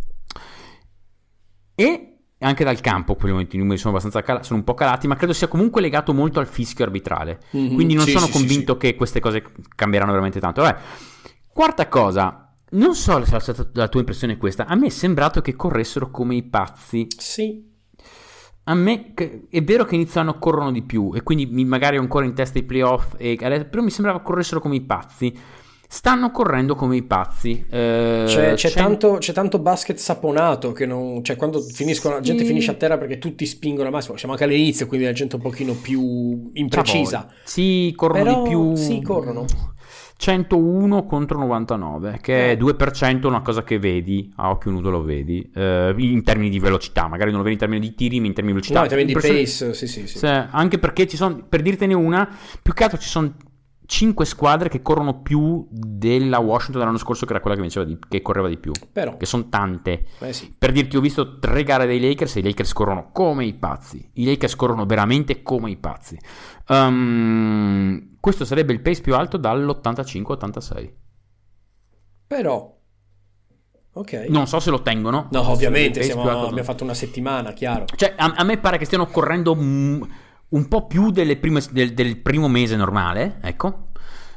E anche dal campo quei i numeri sono abbastanza cal- sono un po' calati, ma credo sia comunque legato molto al fischio arbitrale, mm-hmm. quindi non sì, sono sì, convinto sì, che queste cose cambieranno veramente tanto. Vabbè. Quarta cosa, non so se la tua impressione è questa, a me è sembrato che corressero come i pazzi. Sì. A me è vero che inizio anno corrono di più e quindi magari ho ancora in testa i playoff, e, però mi sembrava corressero come i pazzi. Stanno correndo come i pazzi. Eh, c'è, c'è, c'è... Tanto, c'è tanto basket saponato che non, cioè quando finiscono, sì. La gente finisce a terra perché tutti spingono al massimo. Siamo anche all'inizio, quindi la gente un pochino più imprecisa. Sì, corrono però, di più. Sì, corrono. centouno contro novantanove, che è due per cento, una cosa che vedi a occhio nudo, lo vedi eh, in termini di velocità, magari non lo vedi in termini di tiri, ma in termini di velocità, no, in termini di pace, sì, sì, sì. Se, anche perché ci sono, per dirtene una, più che altro ci sono cinque squadre che corrono più della Washington dell'anno scorso, che era quella che, vinceva di, che correva di più, però, che sono tante. Eh sì. Per dirti, ho visto tre gare dei Lakers e i Lakers corrono come i pazzi, i Lakers corrono veramente come i pazzi. Um, questo sarebbe il pace più alto dall'ottantacinque ottantasei, però ok, non so se lo tengono. No, ovviamente siamo, abbiamo fatto una settimana, chiaro. Cioè a, a me pare che stiano correndo mm, un po' più delle prime, del, del primo mese normale, ecco.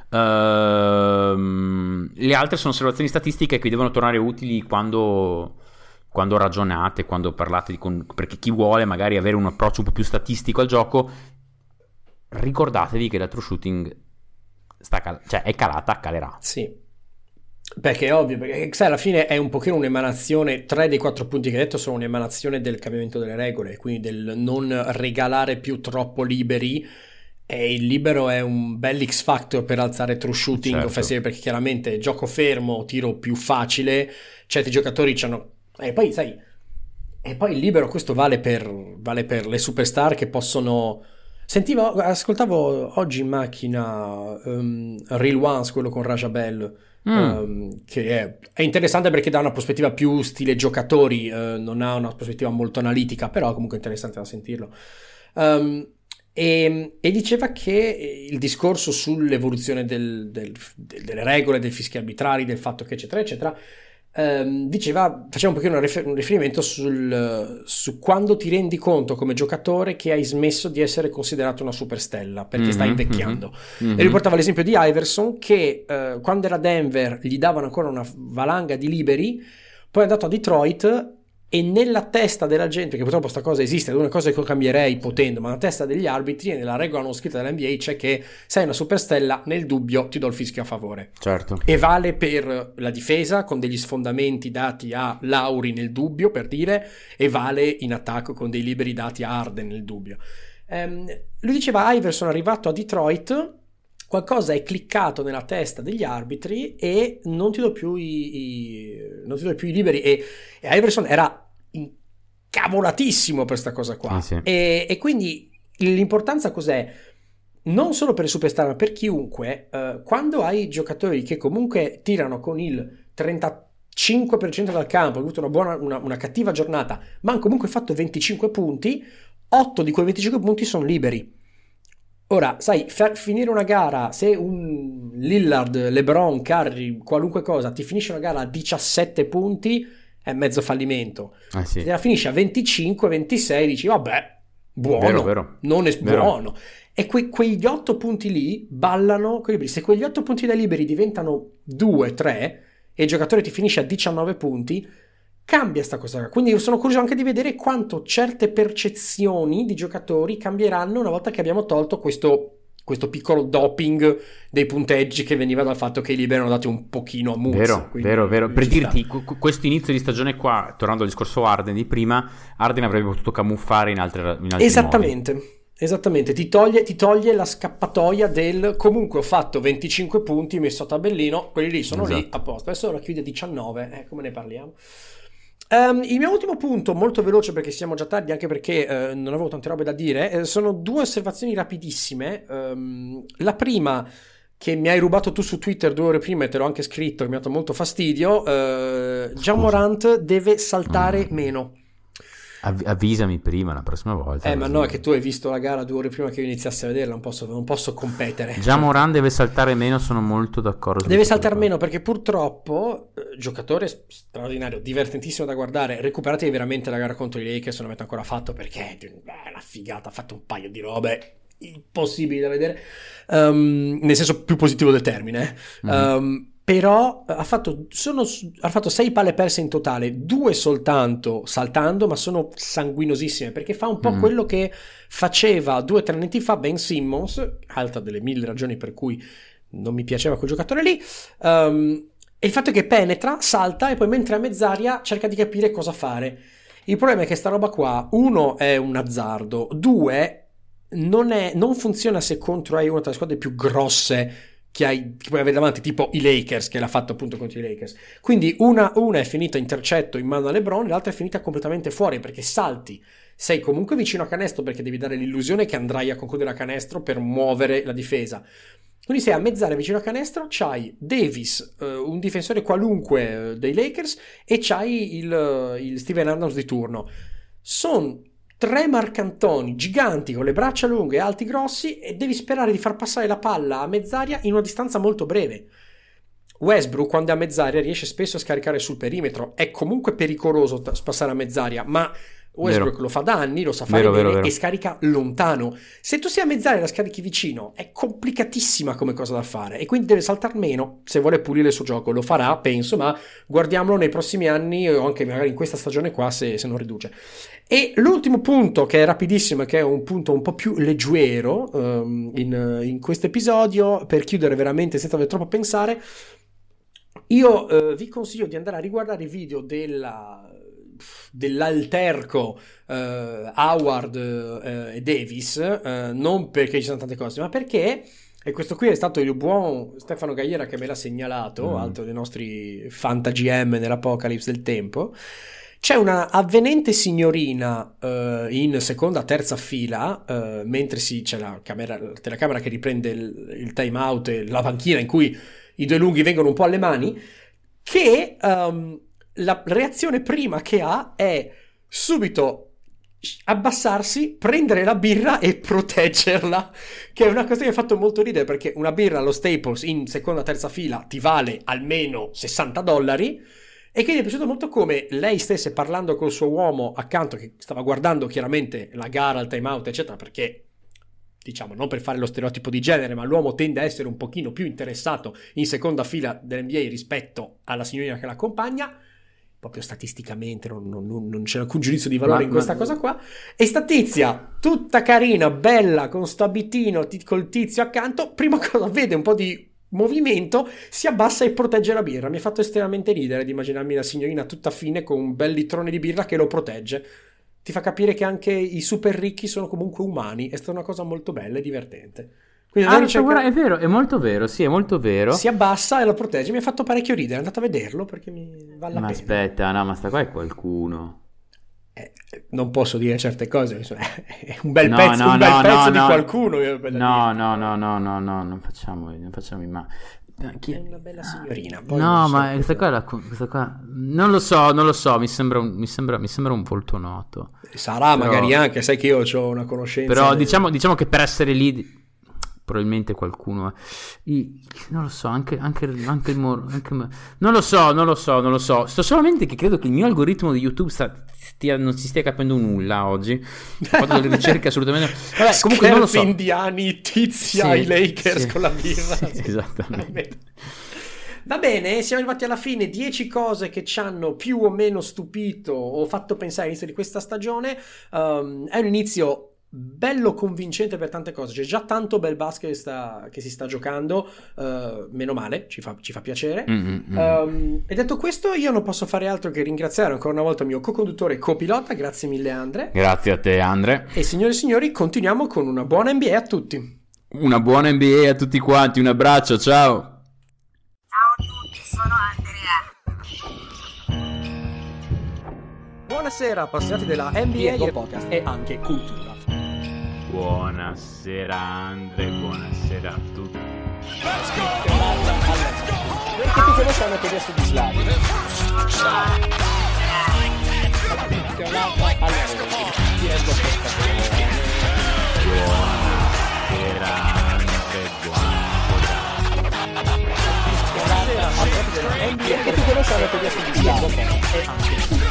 Uh, le altre sono osservazioni statistiche che devono tornare utili quando, quando ragionate, quando parlate di con, perché chi vuole magari avere un approccio un po' più statistico al gioco, ricordatevi che la true shooting sta cal- cioè è calata, calerà. Sì. Perché è ovvio, perché sai, alla fine è un pochino un'emanazione, tre dei quattro punti che hai detto sono un'emanazione del cambiamento delle regole, quindi del non regalare più troppo liberi, e il libero è un bel X factor per alzare true shooting, certo. Offensive, perché chiaramente gioco fermo, tiro più facile, certi giocatori c'hanno, e poi sai, e poi il libero, questo vale per, vale per le superstar che possono. Sentivo, ascoltavo oggi in macchina um, Real Ones, quello con Raja Bell, mm. um, che è, è interessante perché dà una prospettiva più stile giocatori, uh, non ha una prospettiva molto analitica, però comunque interessante da sentirlo. Um, e, e diceva che il discorso sull'evoluzione del, del, del, delle regole, dei fischi arbitrari, del fatto che eccetera eccetera, Um, diceva, faceva un pochino un, rifer- un riferimento sul, su quando ti rendi conto come giocatore che hai smesso di essere considerato una superstella perché mm-hmm, stai invecchiando, mm-hmm. E lui portava l'esempio di Iverson che uh, quando era a Denver gli davano ancora una valanga di liberi, poi è andato a Detroit e nella testa della gente, che purtroppo sta cosa esiste, è una cosa che io cambierei potendo, ma nella testa degli arbitri e nella regola non scritta dell'N B A c'è che sei una superstella, nel dubbio ti do il fischio a favore. Certo. E vale per la difesa con degli sfondamenti dati a Lauri nel dubbio, per dire, e vale in attacco con dei liberi dati a Harden nel dubbio. Um, lui diceva Iverson arrivato a Detroit, qualcosa è cliccato nella testa degli arbitri e non ti do più i, i non ti do più i liberi, e, e Iverson era incavolatissimo per sta cosa qua. Ah, sì. e, e quindi l'importanza cos'è? Non solo per i superstar ma per chiunque, uh, quando hai giocatori che comunque tirano con il trentacinque per cento dal campo, hanno avuto una buona una, una cattiva giornata ma hanno comunque fatto venticinque punti, otto di quei venticinque punti sono liberi. Ora, sai, far finire una gara, se un Lillard, LeBron, Curry, qualunque cosa, ti finisce una gara a diciassette punti, è mezzo fallimento. Eh sì. Se la finisce a venticinque ventisei, dici vabbè, buono, vero, vero. non è vero. buono. E que- quegli otto punti lì ballano, se quegli otto punti da liberi diventano due tre e il giocatore ti finisce a diciannove punti, cambia sta cosa. Quindi io sono curioso anche di vedere quanto certe percezioni di giocatori cambieranno una volta che abbiamo tolto questo questo piccolo doping dei punteggi che veniva dal fatto che i liberi erano dati un pochino a muzzo. Vero, quindi, vero, vero. Per dirti, sta. questo inizio di stagione qua, tornando al discorso Harden di prima, Harden avrebbe potuto camuffare in altre in altri Esattamente. modi. Esattamente, ti toglie, ti toglie la scappatoia del comunque ho fatto venticinque punti, messo a tabellino, quelli lì sono esatto. lì a posto. Adesso ora chiude diciannove, eh, come ne parliamo? Um, il mio ultimo punto, molto veloce perché siamo già tardi, anche perché uh, non avevo tante robe da dire, eh, sono due osservazioni rapidissime. Um, la prima, che mi hai rubato tu su Twitter due ore prima e te l'ho anche scritto, che mi ha dato molto fastidio, uh, Ja Morant deve saltare mm. meno. Av- avvisami prima la prossima volta. Eh, ma no, è che tu hai visto la gara due ore prima che io iniziassi a vederla, non posso, non posso competere. Ja Morant deve saltare meno, sono molto d'accordo. Deve saltare meno perché purtroppo, eh, giocatore straordinario, divertentissimo da guardare, recuperatevi veramente la gara contro i Lakers, non l'avete ancora fatto perché è una figata, ha fatto un paio di robe impossibili da vedere, um, nel senso più positivo del termine. Mm-hmm. Um, però ha fatto, sono, ha fatto sei palle perse in totale, due soltanto saltando, ma sono sanguinosissime perché fa un po' mm. quello che faceva due o tre anni fa Ben Simmons, altra delle mille ragioni per cui non mi piaceva quel giocatore lì, um, e il fatto è che penetra, salta e poi mentre è a mezz'aria cerca di capire cosa fare. Il problema è che sta roba qua, uno, è un azzardo, due, non, è, non funziona se contro hai una delle squadre più grosse che, hai, che puoi avere davanti, tipo i Lakers, che l'ha fatto appunto contro i Lakers. Quindi una, una è finita intercetto in mano a LeBron, l'altra è finita completamente fuori perché salti, sei comunque vicino a canestro perché devi dare l'illusione che andrai a concludere a canestro per muovere la difesa. Quindi sei a mezz'aria vicino a canestro, c'hai Davis, eh, un difensore qualunque eh, dei Lakers, e c'hai il, il Steven Adams di turno. Sono tre marcantoni giganti con le braccia lunghe, alti, grossi, e devi sperare di far passare la palla a mezz'aria in una distanza molto breve. Westbrook, quando è a mezz'aria, riesce spesso a scaricare sul perimetro. È comunque pericoloso t- passare a mezz'aria, ma Westbrook vero. Lo fa da anni, lo sa fare vero, bene vero, vero. E scarica lontano. Se tu sei a mezz'aria e la scarichi vicino, è complicatissima come cosa da fare, e quindi deve saltare meno se vuole pulire il suo gioco. Lo farà, penso, ma guardiamolo nei prossimi anni o anche magari in questa stagione qua se, se non riduce. E l'ultimo punto, che è rapidissimo, che è un punto un po' più leggero um, in, in questo episodio, per chiudere veramente senza aver troppo a pensare, io uh, vi consiglio di andare a riguardare i video della, dell'alterco uh, Howard uh, e Davis, uh, non perché ci sono tante cose, ma perché, e questo qui è stato il buon Stefano Gagliera che me l'ha segnalato, mm. altro dei nostri fanta G M nell'Apocalypse del tempo. C'è una avvenente signorina uh, in seconda terza fila, uh, mentre si, c'è la, camera, la telecamera che riprende il, il time out e la panchina in cui i due lunghi vengono un po' alle mani, che um, la reazione prima che ha è subito abbassarsi, prendere la birra e proteggerla, che è una cosa che mi ha fatto molto ridere, perché una birra allo Staples in seconda terza fila ti vale almeno sessanta dollari. E quindi è piaciuto molto come lei stesse parlando col suo uomo accanto, che stava guardando chiaramente la gara, il time out eccetera, perché diciamo non per fare lo stereotipo di genere, ma l'uomo tende a essere un pochino più interessato in seconda fila dell'N B A rispetto alla signorina che l'accompagna, proprio statisticamente non, non, non c'è alcun giudizio di valore ma, in questa ma... cosa qua. E sta tizia tutta carina, bella, con sto abitino t- col tizio accanto, prima cosa vede un po' di movimento, si abbassa e protegge la birra. Mi ha fatto estremamente ridere di immaginarmi la signorina tutta fine con un bel litrone di birra che lo protegge. Ti fa capire che anche i super ricchi sono comunque umani, è stata una cosa molto bella e divertente. Quindi ah, ricerca... guarda, è vero, è molto vero, sì, è molto vero. Si abbassa e lo protegge, mi ha fatto parecchio ridere, andate a vederlo perché mi vale la ma pena. Aspetta, no, ma sta qua è qualcuno. Eh, non posso dire certe cose, è un bel no, pezzo, no, un bel no, pezzo no, di no. qualcuno. No, no, no, no, no, no, non facciamo, non facciamo ma chi è una bella signorina. Poi no, ma so questa qua, la, questa qua non lo so, non lo so, mi sembra un, mi sembra, mi sembra un volto noto. Sarà però, magari anche, sai che io ho una conoscenza. Però del... diciamo, diciamo che per essere lì probabilmente qualcuno I, non lo so, anche, anche, anche il moro anche, non lo so, non lo so, non lo so. Sto solamente che credo che il mio algoritmo di YouTube sta, stia, non si stia capendo nulla oggi. Ho fatto delle ricerche assolutamente. Vabbè, comunque non lo so. Indiani, Tizia, Sì, i Lakers sì. con la birra. Sì, esattamente. Va bene, siamo arrivati alla fine. dieci cose che ci hanno più o meno stupito o fatto pensare all'inizio di questa stagione. Um, è un inizio bello convincente per tante cose, c'è già tanto bel basket che, sta, che si sta giocando, uh, meno male, ci fa, ci fa piacere. Mm-hmm. Um, e detto questo, io non posso fare altro che ringraziare ancora una volta il mio co-conduttore e copilota. Grazie mille, Andre. Grazie a te, Andre. E signore e signori, continuiamo con una buona N B A a tutti. Una buona N B A a tutti quanti, un abbraccio, ciao. Ciao a tutti, sono Andrea. Buonasera, appassionati della N B A Diego Podcast e anche cultura. Buonasera Andre, buonasera a tutti. Spinzionata alla perché tu conosci una teoria su di Slavio. Spinzionata alla Diego Podcast. Buonasera Andre, buonasera. Spinzionata della N B A perché tu conosci una teoria su di Slavio e anche cultura.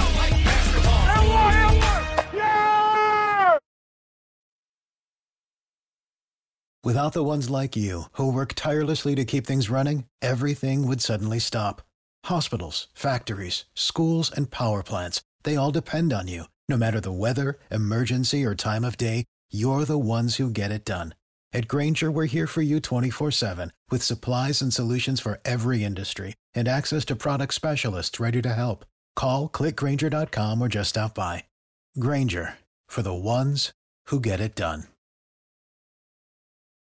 Without the ones like you, who work tirelessly to keep things running, everything would suddenly stop. Hospitals, factories, schools, and power plants, they all depend on you. No matter the weather, emergency, or time of day, you're the ones who get it done. At Grainger, we're here for you twenty-four seven, with supplies and solutions for every industry, and access to product specialists ready to help. Call, click Grainger dot com, or just stop by. Grainger, for the ones who get it done.